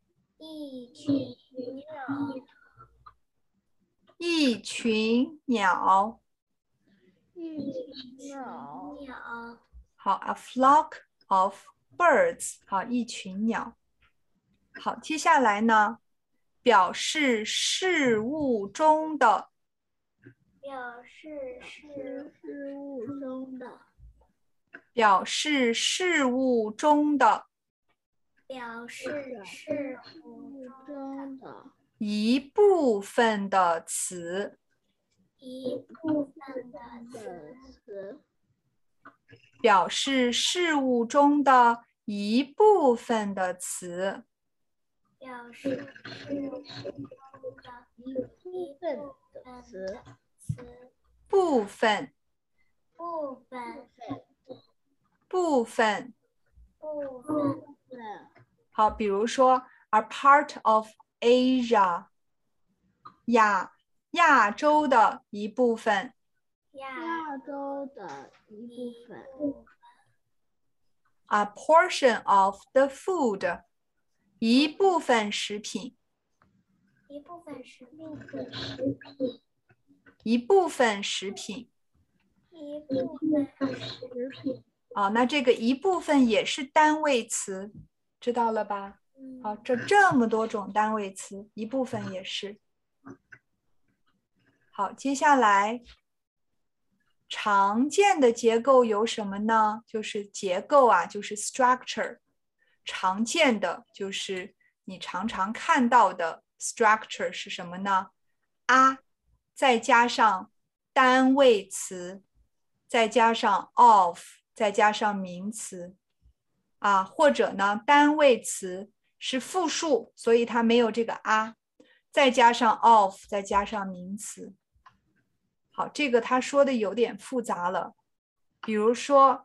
好 ，a flock of birds， 好，一群鸟。好，接下来呢，表示事物中的。表示事物中的。一部分的词。表示事物中的一部分的词。部分。好，比如说 a part of Asia， 亚洲的一部分。A portion of the food， 一部分食品。那这个一部分也是单位词，知道了吧？好，这么多种单位词，一部分也是。好，接下来常见的结构有什么呢？就是结构啊，就是 structure。常见的就是你常常看到的 structure 是什么呢？ 再加上单位词再加上 of， 再加上名词啊，或者呢单位词是复数，所以它没有这个 a， 再加上 of， 再加上名词。好，这个他说的有点复杂了，比如说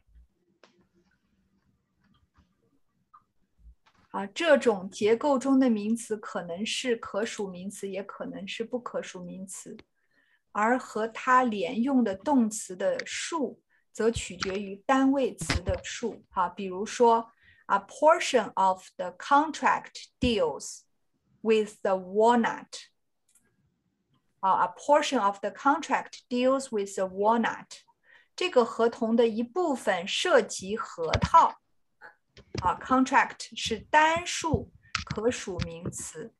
这种结构中的名词可能是可数名词，也可能是不可数名词，而和它连用的动词的数则取决于单位词的数。比如说A portion of the contract deals with the walnut. A portion of the contract deals with the walnut. 这个合同的一部分涉及核桃。contract 是单数可数名词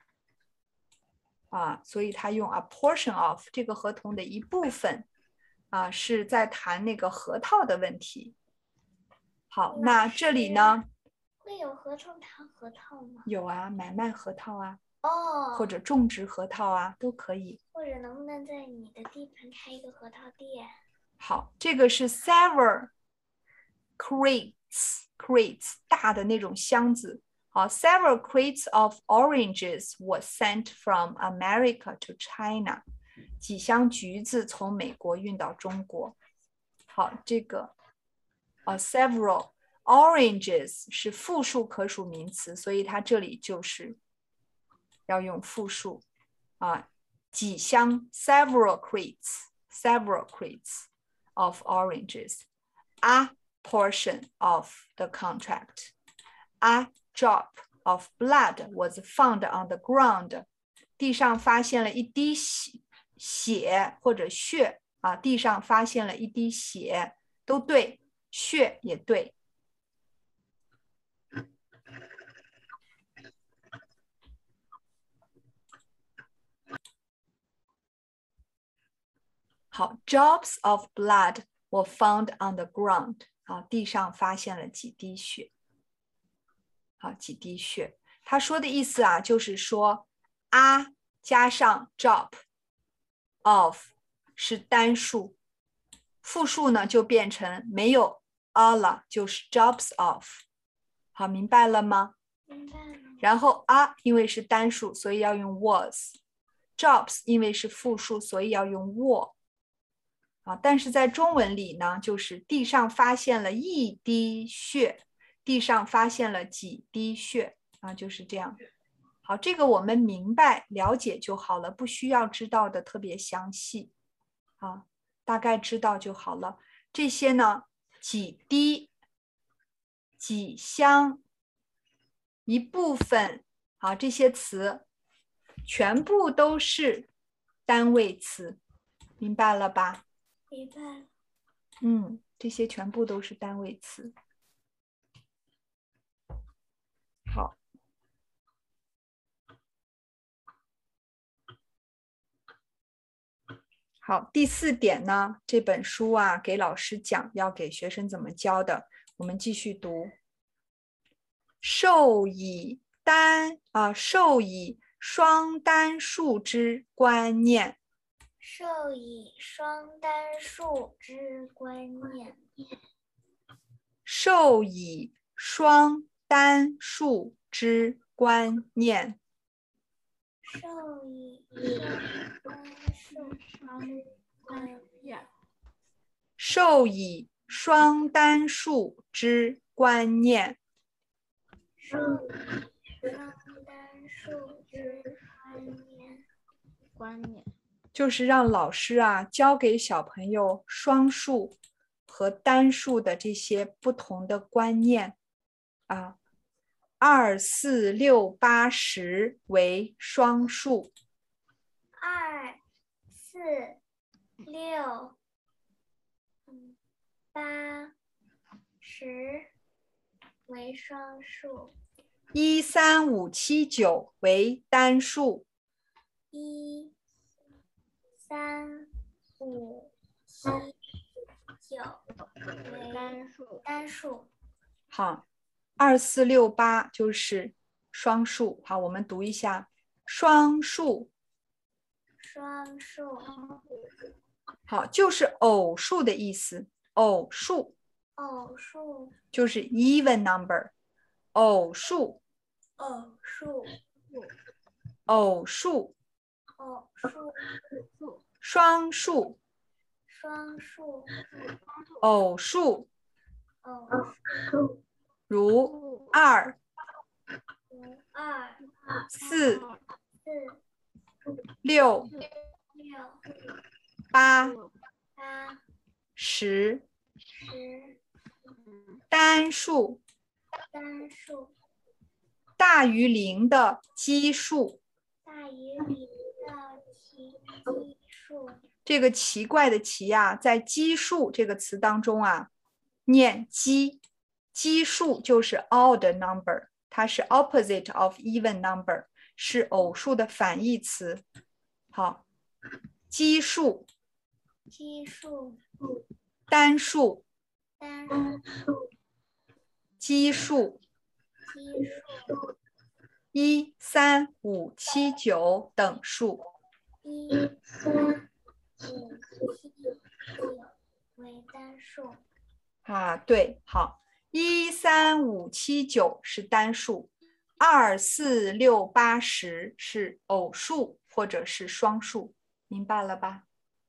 所以他用 a portion of 这个合同的一部分是在谈那个核桃的问题。好，那这里呢？ 会有合同谈核桃吗？ 有啊，买卖核桃啊， 或者种植核桃啊，都可以。 或者能不能在你的地盘开一个核桃店？ 好，这个是 several crates 大的那种箱子。好 ，several crates of oranges was sent from America to China。几箱橘子从美国运到中国。好，这个several oranges 是复数可数名词，所以它这里就是要用复数几箱 several crates of oranges. A portion of the contract. A drop of blood was found on the ground. 地上发现了一滴血或者血地上发现了一滴血，都对，血也对。好 ，drops of blood were found on the ground。地上发现了几滴血。几滴血。他说的意思就是说 a 加上 drop of 是单数，复数呢就变成没有 a 了，就是 drops of。好，明白了吗？ 明白了。 然后 a 因为是单数，所以要用 was。drops 因为是复数，所以要用 were。但是在中文里呢，就是地上发现了一滴血，地上发现了几滴血就是这样。好，这个我们明白了解就好了，不需要知道的特别详细大概知道就好了。这些呢，几滴、几箱、一部分这些词全部都是单位词，明白了吧？ 明白了。 这些全部都是单位词。好，好，第4点呢，这本书给老师讲要给学生怎么教的，我们继续读。授以双单数之观念。 授以双单数之观念。 授以双单数之观念。 授以双单数之观念。 授以双单数之观念。 授以双单数之观念。 就是让老师教给小朋友双数和单数的这些不同的观念2、4、6、8、10为双数。 2、4、6、8、10为双数。 1、3、5、7、9为单数。 1、3、5、7、9为单数。 好，2、4、6、8就是双数。好，我们读一下双数。 双数。 好，就是偶数的意思。偶数偶数， 就是 even number， 偶数， 偶数， 偶数， 偶数， 双数， 双数， 偶数， 偶如2、 数2、 4、 4、 6、 6、 8、 8、 10。 10， 单数单数， 大于0的奇数。 大于0的奇数。 这个奇怪的奇呀，在奇数这个词当中啊，念奇。奇数就是 odd number， 它是 opposite of even number， 是偶数的反义词。好，奇数、 奇数、 单数、 单数、 奇数、 奇数、 1、3、5、7、9等数。 1、3、5、7、9为单数。 啊，对，好，1、3、5、7、9是单数，2、4、6、8、10是偶数或者是双数，明白了吧？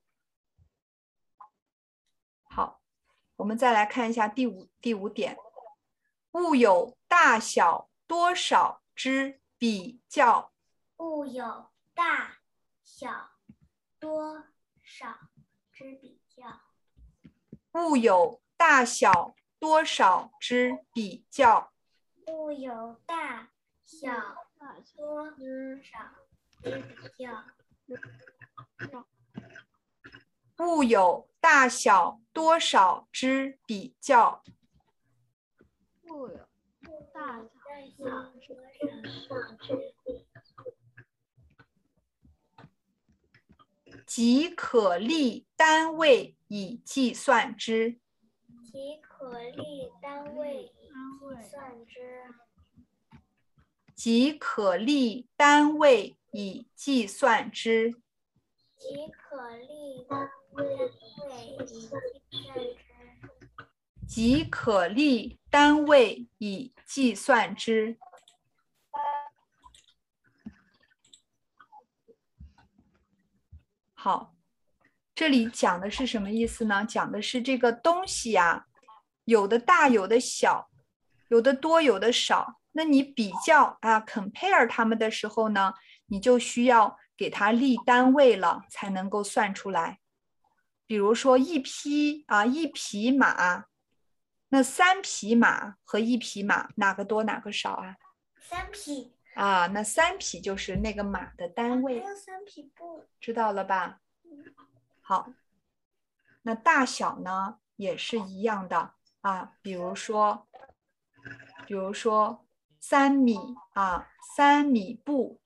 好，我们再来看一下第五点，物有大小多少之比较。 物有大小多少之比较。 物有大小多少之比较。 物有大小多少之比较。 物有大小多少之比较。 物有大小小多少之比较。 即可立单位以计算之。 即可立单位以计算之。 即可立单位以计算之。 即可立单位以计算之。 即可立单位以计算之。好，这里讲的是什么意思呢？讲的是这个东西呀，有的大，有的小，有的多，有的少。那你比较啊 ，compare 它们的时候呢，你就需要给它立单位了，才能够算出来。比如说一匹马，那3匹马和1匹马哪个多哪个少啊 ？3匹。 啊，那3匹就是那个马的单位， 还有3匹布， 知道了吧？好，那大小呢也是一样的啊，比如说3米啊，3米布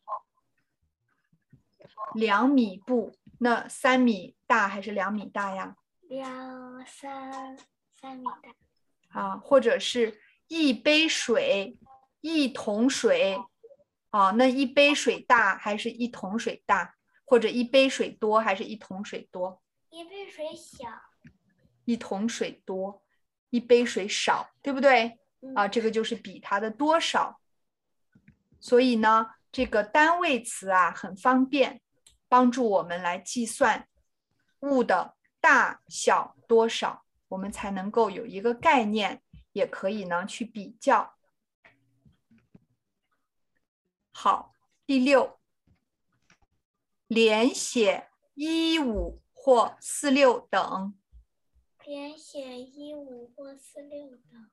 ，2米布，那3米大还是2米大呀？ 3米大。 啊，或者是1杯水，1桶水啊，那1杯水大还是1桶水大？或者1杯水多还是1桶水多 1杯水小 ？1桶水多，1杯水少，对不对？啊，这个就是比它的多少。所以呢，这个单位词啊很方便，帮助我们来计算物的大小多少，我们才能够有一个概念，也可以呢去比较。好，第6，连写15或46等。 连写15或46等。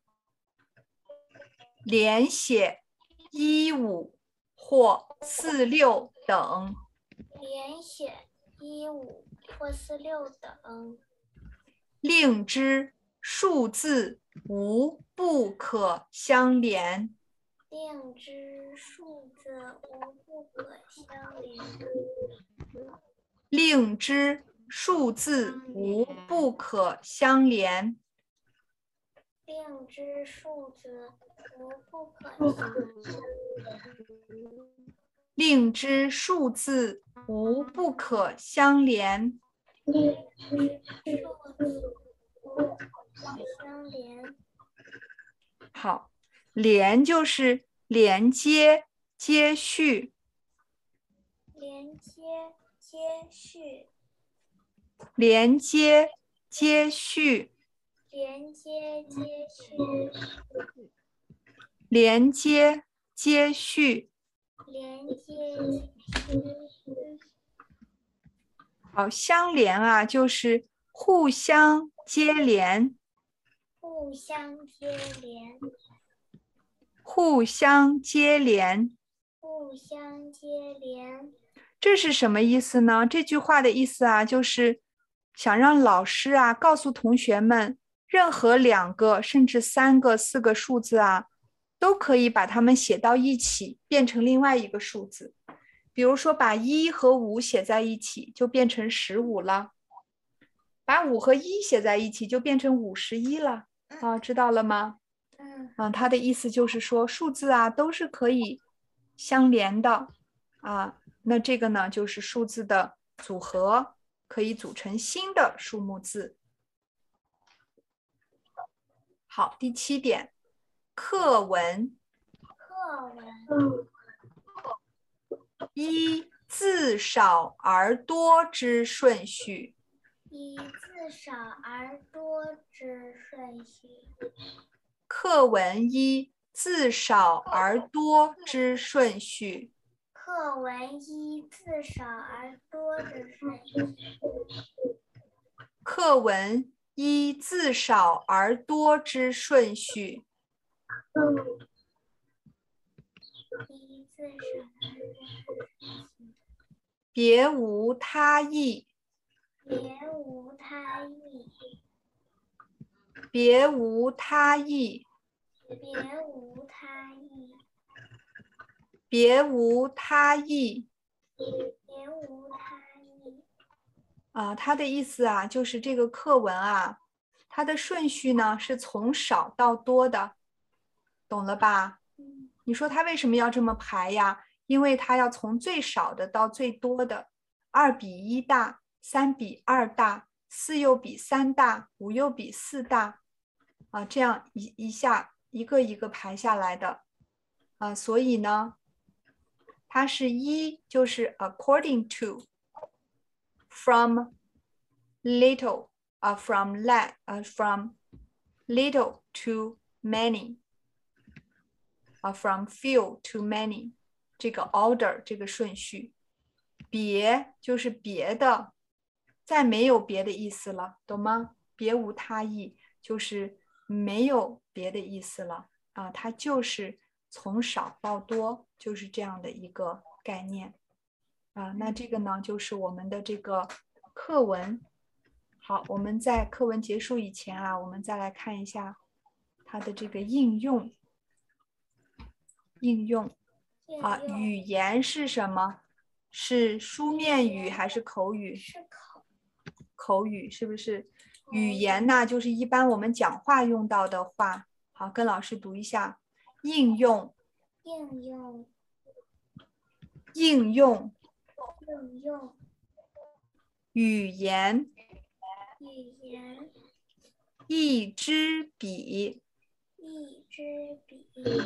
连写15或46等。 连写15或46等。 令之数字无不可相连。 令之数字无不可相连。 令之数字无不可相连。 令之数字无不可相连。 令之数字无不可相连。 相连， 好，连就是连接、接续， 连接接续， 连接、接续， 连接接续， 连接、接续。 连接接续， 好，相连啊，就是互相接连， 互相接连， 互相接连。 互相接连， 这是什么意思呢？这句话的意思啊，就是想让老师啊告诉同学们，任何2个甚至3个、4个数字啊，都可以把它们写到一起，变成另外一个数字。比如说，把1和5写在一起，就变成15了；把5和1写在一起，就变成51了。啊，知道了吗？它的意思就是说，数字啊都是可以相连的啊。那这个呢，就是数字的组合，可以组成新的数目字。好，第7点，课文。 课文， 依字少而多之顺序。 以字少而多之顺序。 课文依字少而多之顺序。 课文依字少而多之顺序。 课文依字少而多之顺序。 依字少而多之顺序。 别无他意。 别无他意。 别无他意。 别无他意。 别无他意。 别无他意。 它的意思啊，就是这个课文啊，它的顺序呢是从少到多的，懂了吧？你说它为什么要这么排呀？因为它要从最少的到最多的，2比1大，3比2大，4又比3大，5又比4大，这样一下一个一个排下来的，所以呢，它是就是 according to。From little from little to many from few to many 这个 order 这个顺序，别就是别的，再没有别的意思了，懂吗？别无他意就是没有别的意思了它就是从少到多，就是这样的一个概念那这个呢，就是我们的这个课文。好，我们在课文结束以前啊，我们再来看一下它的这个应用。语言是什么？是书面语还是口语？ 是口语是不是？语言呢，就是一般我们讲话用到的话。好，跟老师读一下。应用。 应用。 应用。 应用。 语言。 语言。 一支笔。 一支笔。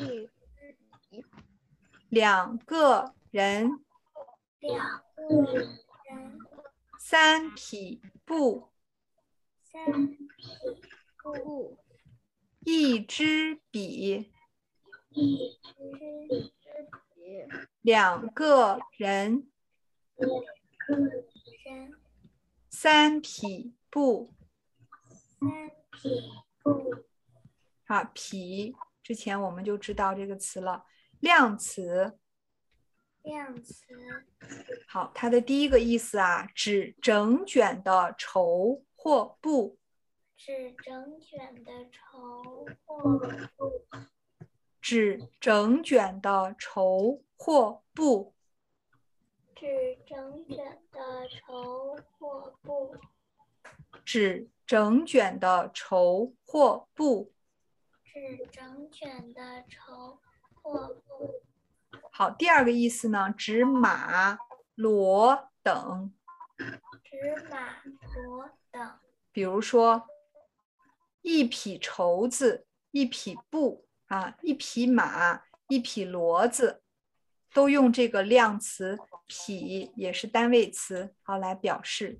2个人。 2个人。 3匹布。 3匹布。 一支笔。 一支笔。 2个人。 2个人。 3匹布。 3匹布。 匹之前我们就知道这个词了，量词。 量词。 好，它的第一个意思啊，指整卷的绸或布。 指整卷的绸或布。 指整卷的绸或布。 指整卷的绸或布。 指整卷的绸或布。 指整卷的绸或布。 好，第二个意思呢，指马、骡等。 指马、 骡等。 比如说，一匹绸子，一匹布啊，一匹马，一匹骡子，都用这个量词匹，也是单位词，好来表示。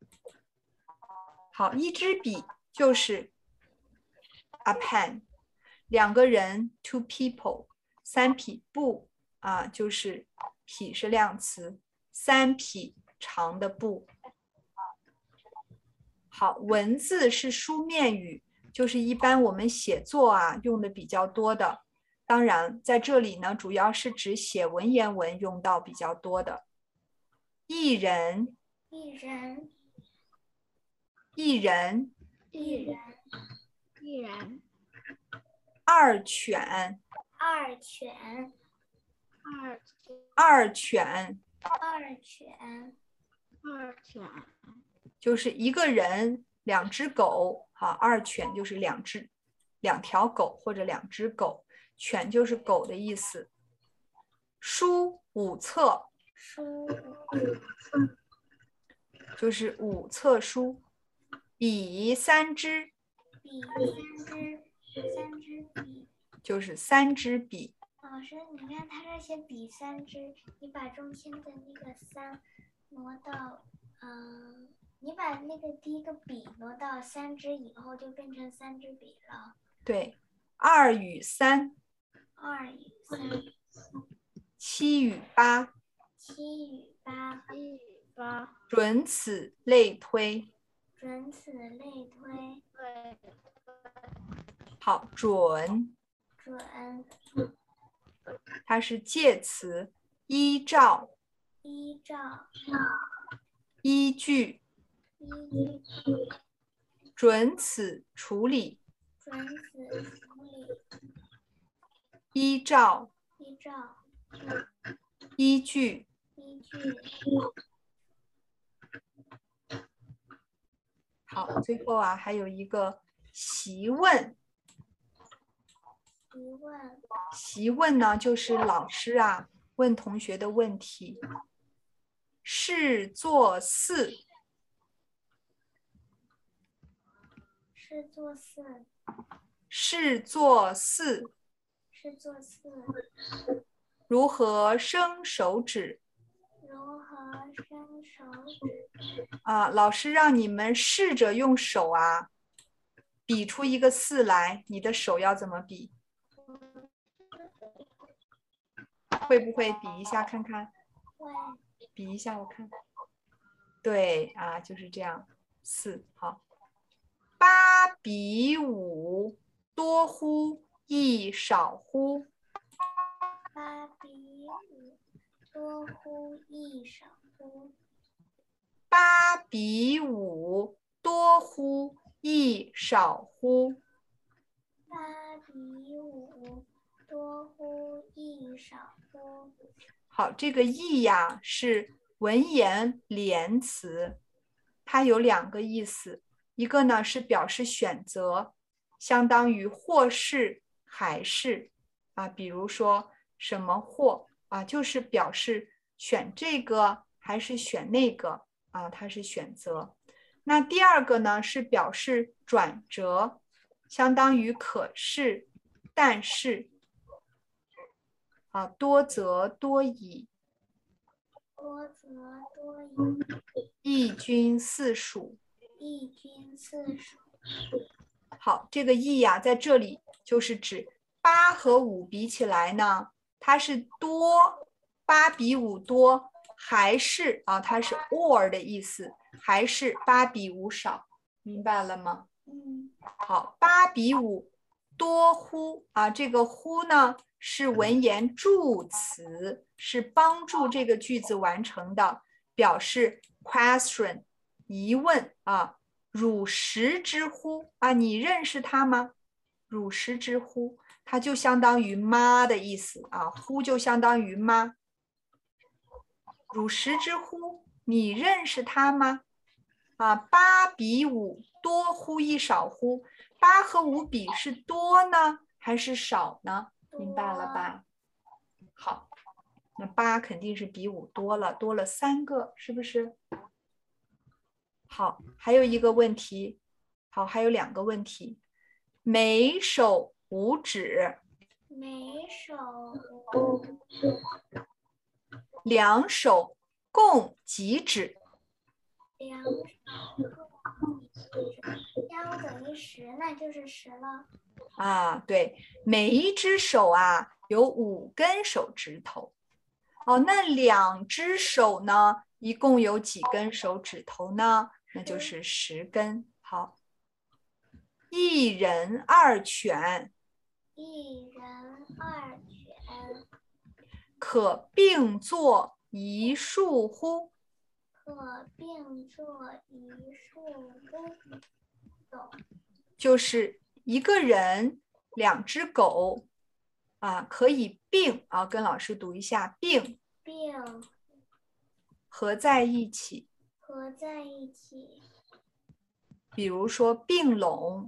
好，一支笔就是 a pen， 两个人 two people， 三匹布啊，就是匹是量词，三匹长的布。好，文字是书面语，就是一般我们写作啊用的比较多的。当然，在这里呢，主要是指写文言文用到比较多的。一人， 一人， 一人， 一人， 一人， 二犬， 二犬， 二二犬二犬， 二犬， 就是一个人，两只狗，好，二犬就是两条狗或者两只狗，犬就是狗的意思。书五册， 书就是五册书。笔三支， 笔三支，三支笔。 就是三支笔。 老师，你看他这写笔三支，你把中间的那个三挪到，你把那个第一个笔挪到三支以后，就变成三支笔了。 对，二与三， 二与三， 七与八， 七与八， 一与八， 准此类推。 准此类推。 对， 好，准， 准， 它是介词，依照、 依照， 依据， 依据， 准此处理， 准此处理， 依照、 依照， 依据。 依据。 好，最后啊，还有一个习问。 疑问， 习问呢，就是老师啊问同学的问题。是作四， 是作四， 是作四， 是作四。 如何生手指如何伸手指？ 啊？老师让你们试着用手啊比出一个四来，你的手要怎么比？会不会比一下看看？ 会， 比一下我看。对啊，就是这样。四，好。八比五，多乎亦少乎？ 八比五，多乎亦少乎？ 八比五，多乎亦少乎？ 八比五，多乎亦少乎？ 好，这个亦呀是文言连词，它有两个意思，一个呢是表示选择，相当于或是还是啊，比如说什么或啊，就是表示选这个还是选那个啊，它是选择。那第二个呢是表示转折，相当于可是、但是啊，多则多矣。 多则多矣， 一君四属。 一君四属。 好，这个亦呀，在这里就是指八和五比起来呢，它是多，八比五多，还是啊，它是 or 的意思，还是八比五少，明白了吗？好，八比五多乎啊，这个乎呢是文言助词，是帮助这个句子完成的，表示 question 疑问啊。汝识之乎啊，你认识他吗？汝识之乎，它就相当于妈的意思啊，乎就相当于妈。汝识之乎，你认识他吗？啊，八比五，多乎亦少乎？八和五比是多呢，还是少呢？明白了吧？好，那八肯定是比五多了，多了3个，是不是？ 好，还有一个问题，好，还有2个问题。每手5指， 每手 2手共几指？ 2手共1等于10，那就是10了。 啊，对，每一只手啊有5根手指头。哦，那2只手呢，一共有几根手指头呢？那就是10根。好，一人2犬， 一人2犬， 可并作一树乎？ 可并作一树乎？懂。 就是一个人2只狗啊，可以并啊，跟老师读一下并并合在一起。 合在一起， 比如说并拢、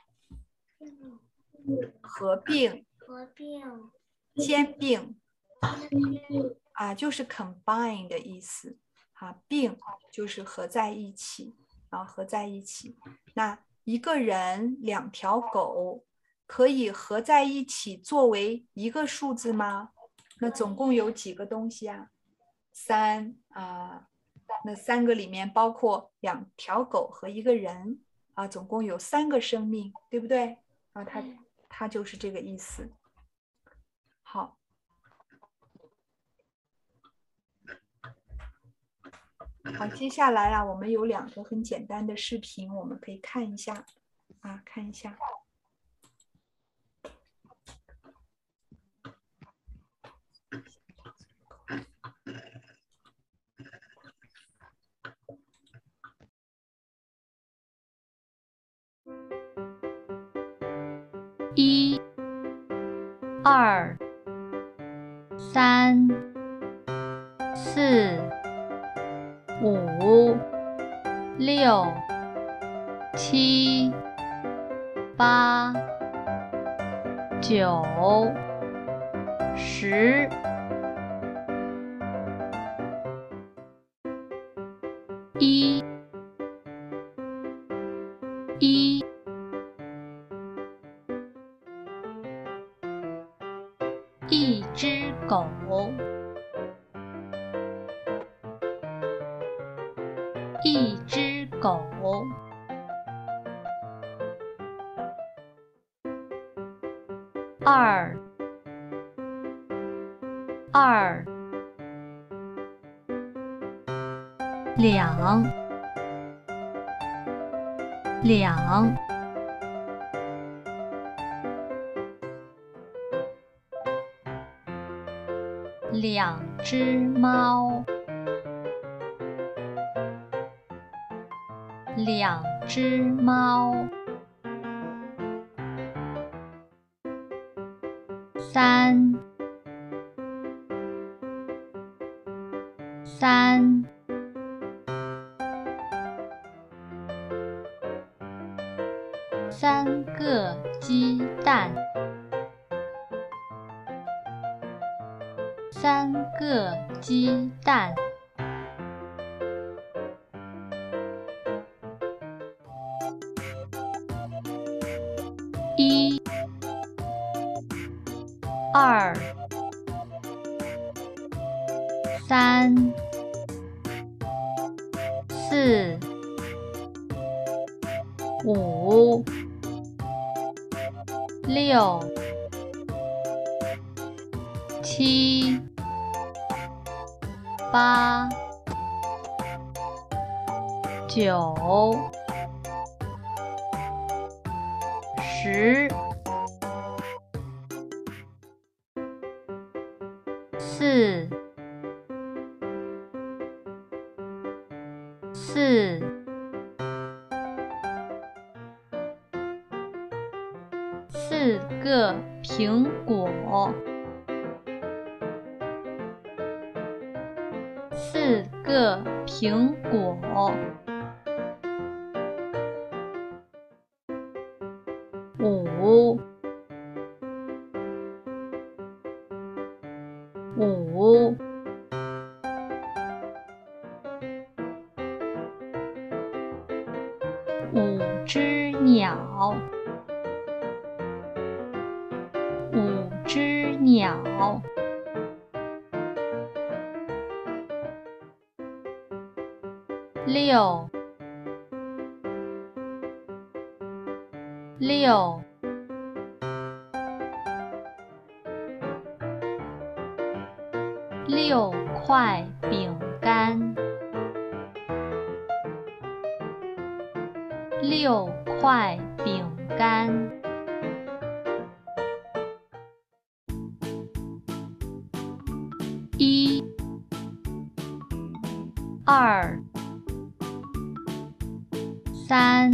合并、 合并， 兼并兼啊，就是 combine 的意思啊，并就是合在一起啊，合在一起。那一个人2条狗可以合在一起作为一个数字吗？那总共有几个东西啊？3啊，那3个里面包括2条狗和一个人啊，总共有3个生命，对不对？啊，它就是这个意思。好。好，接下来啊，我们有2个很简单的视频，我们可以看一下啊，看一下。 1、2、3、4、5、6、7、8、9、10。一只狗，一只狗。2、2、2。2只猫，2只猫。3、3个鸡蛋，3个鸡蛋。1、2、3、4、5、6、7、8、9、10。4、4个苹果，4个苹果。5、 好。六，六，六块饼干，六块饼干。一，二，三，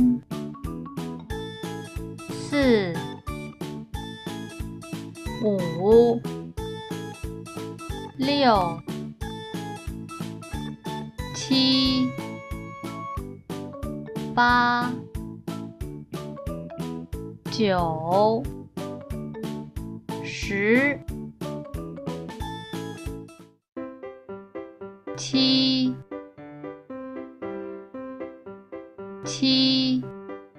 四，五，六，七，八，九，十，七，七，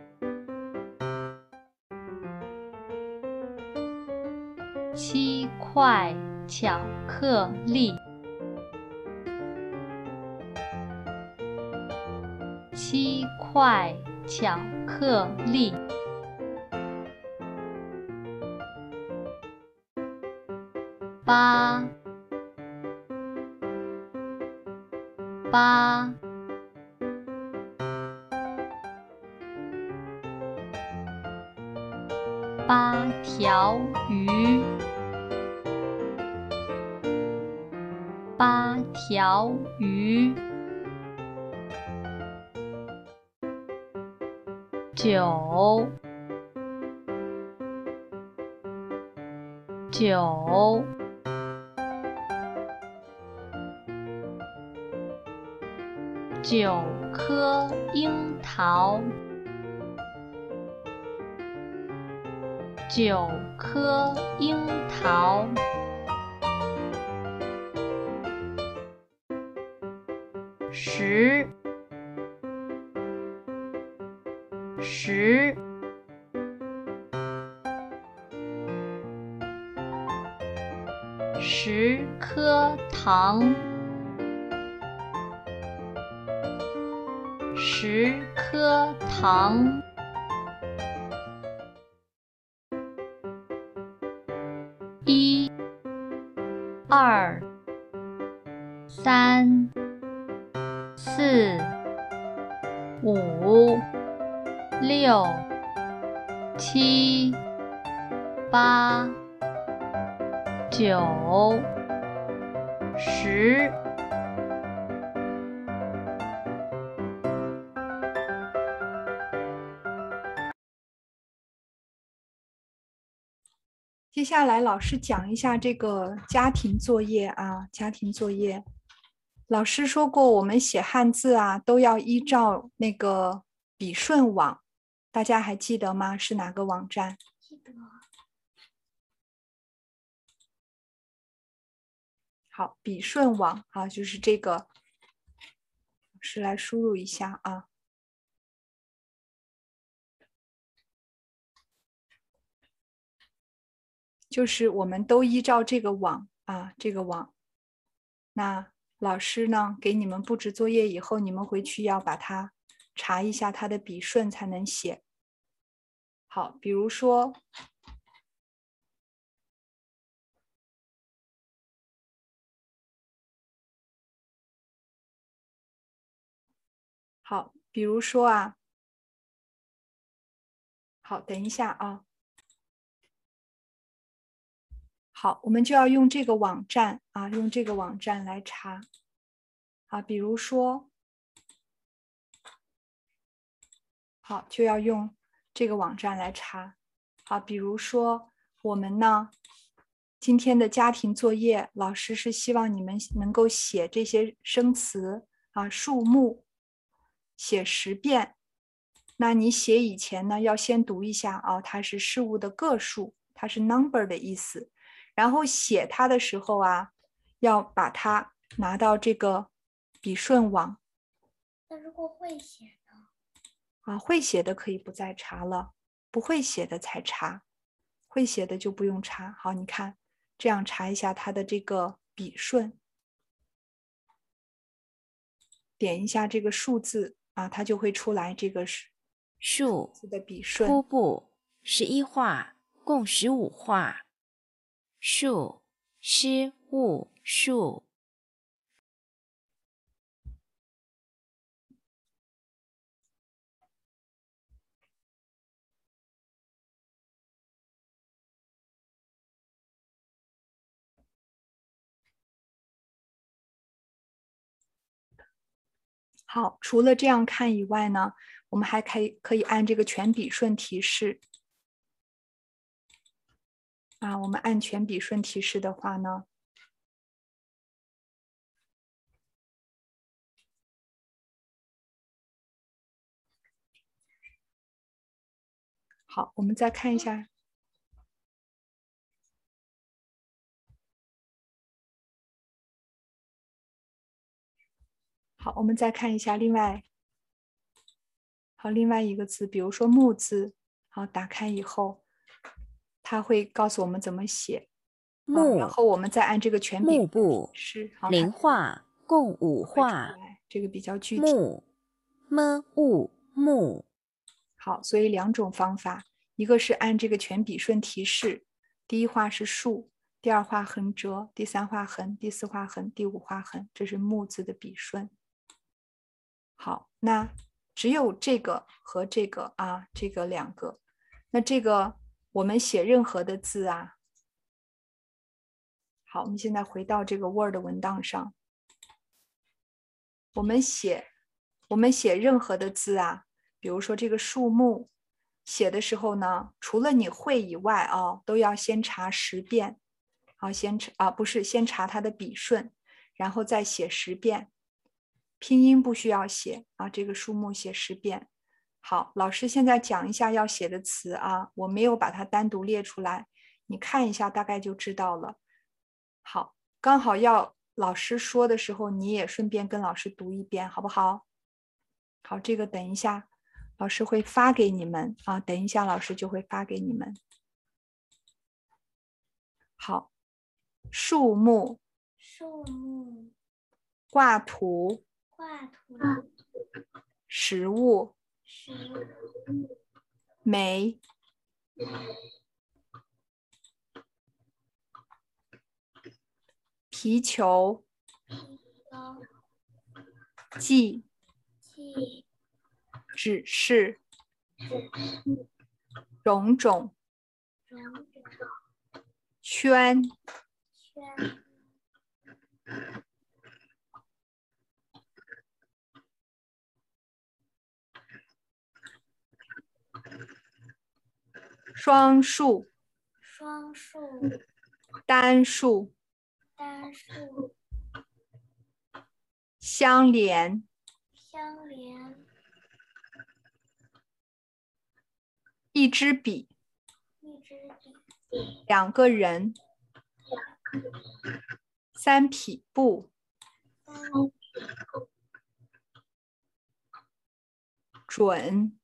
七块巧克力，七块巧克力。八，八，八条鱼，八条鱼。九，九，九颗樱桃，九颗樱桃。十，十，十颗糖，十颗糖。一，二，三，四，五，六，七，八，九，十。 接下来老师讲一下这个家庭作业啊，家庭作业。老师说过，我们写汉字啊，都要依照那个笔顺网，大家还记得吗？是哪个网站？ 记得。 好，笔顺网啊，就是这个。老师来输入一下啊。就是我们都依照这个网啊，这个网。那老师呢，给你们布置作业以后，你们回去要把它查一下它的笔顺才能写。好，比如说，好，比如说啊，好，等一下啊。好，我们就要用这个网站啊，用这个网站来查啊，比如说，好，就要用这个网站来查。好，比如说我们呢，今天的家庭作业，老师是希望你们能够写这些生词啊，数目，写10遍。那你写以前呢，要先读一下啊，它是事物的个数，它是 number 的意思。然后写它的时候啊，要把它拿到这个笔顺网。 那如果会写呢？ 啊，会写的可以不再查了，不会写的才查，会写的就不用查。好，你看这样查一下它的这个笔顺，点一下这个数字啊，它就会出来这个是树字的笔顺。 瀑布11画，共15画。树诗物树。 好，除了这样看以外呢，我们还可以按这个全笔顺提示。啊，我们按全笔顺提示的话呢，好，我们再看一下。好，我们再看一下另外一个字，比如说木字，好，打开以后，它会告诉我们怎么写。 木， 然后我们再按这个全笔幕布是 0画，共5画。 这个比较具体。 木，m-u木。 好，所以2种方法，一个是按这个全笔顺提示，第一画是竖，第二画横折，第三画横，第四画横，第五画横，这是木字的笔顺。好，那只有这个和这个啊，这个2个。那这个我们写任何的字啊。好，我们现在回到这个 Word 文档上，我们写任何的字啊，比如说这个树木，写的时候呢，除了你会以外啊，都要先查10遍，先查它的笔顺，然后再写10遍。拼音不需要写啊，这个树木写10遍。好，老师现在讲一下要写的词啊，我没有把它单独列出来，你看一下大概就知道了。好，刚好要老师说的时候，你也顺便跟老师读一遍，好不好？好，这个等一下老师会发给你们啊，等一下老师就会发给你们。好，树木，挂图，食物，煤，皮球，记，指示，种种，圈，双数，单数，相连，一支笔，2个人，3匹布，准，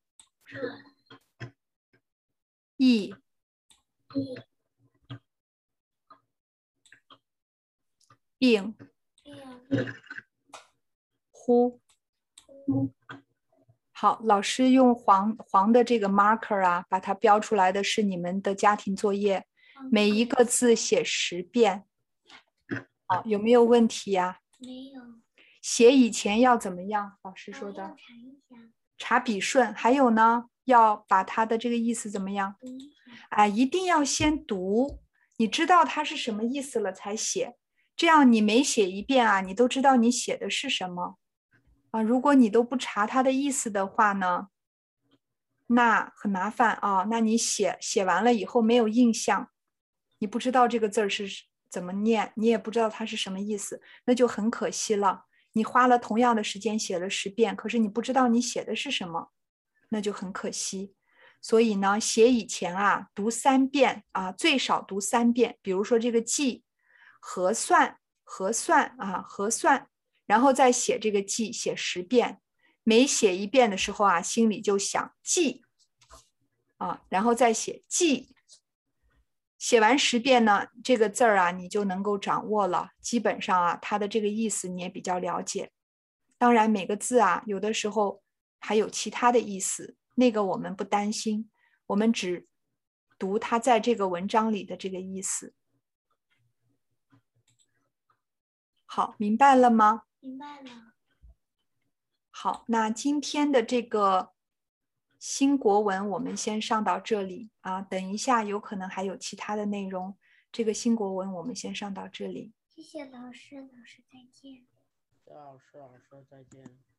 意，病，呼。好，老师用黄的这个 marker 啊，把它标出来的是你们的家庭作业，每一个字写10遍。好，有没有问题呀？ 没有。 写以前要怎么样？老师说的，查笔顺，还有呢，要把它的这个意思怎么样？哎，一定要先读，你知道它是什么意思了才写，这样你每写一遍啊，你都知道你写的是什么啊。如果你都不查它的意思的话呢，那很麻烦啊。那你写完了以后没有印象，你不知道这个字儿是怎么念，你也不知道它是什么意思，那就很可惜了。你花了同样的时间写了10遍，可是你不知道你写的是什么，那就很可惜。所以呢，写以前啊，读3遍啊，最少读3遍。比如说这个记，核算，然后再写这个记，写10遍。每写1遍的时候啊，心里就想记啊，然后再写记写完10遍呢，这个字儿啊，你就能够掌握了。基本上啊，它的这个意思你也比较了解。当然，每个字啊，有的时候还有其他的意思，那个我们不担心，我们只读它在这个文章里的这个意思。好，明白了吗？ 明白了。 好，那今天的这个新国文我们先上到这里啊，等一下有可能还有其他的内容。这个新国文我们先上到这里。 谢谢老师，老师再见。 谢谢老师，老师再见。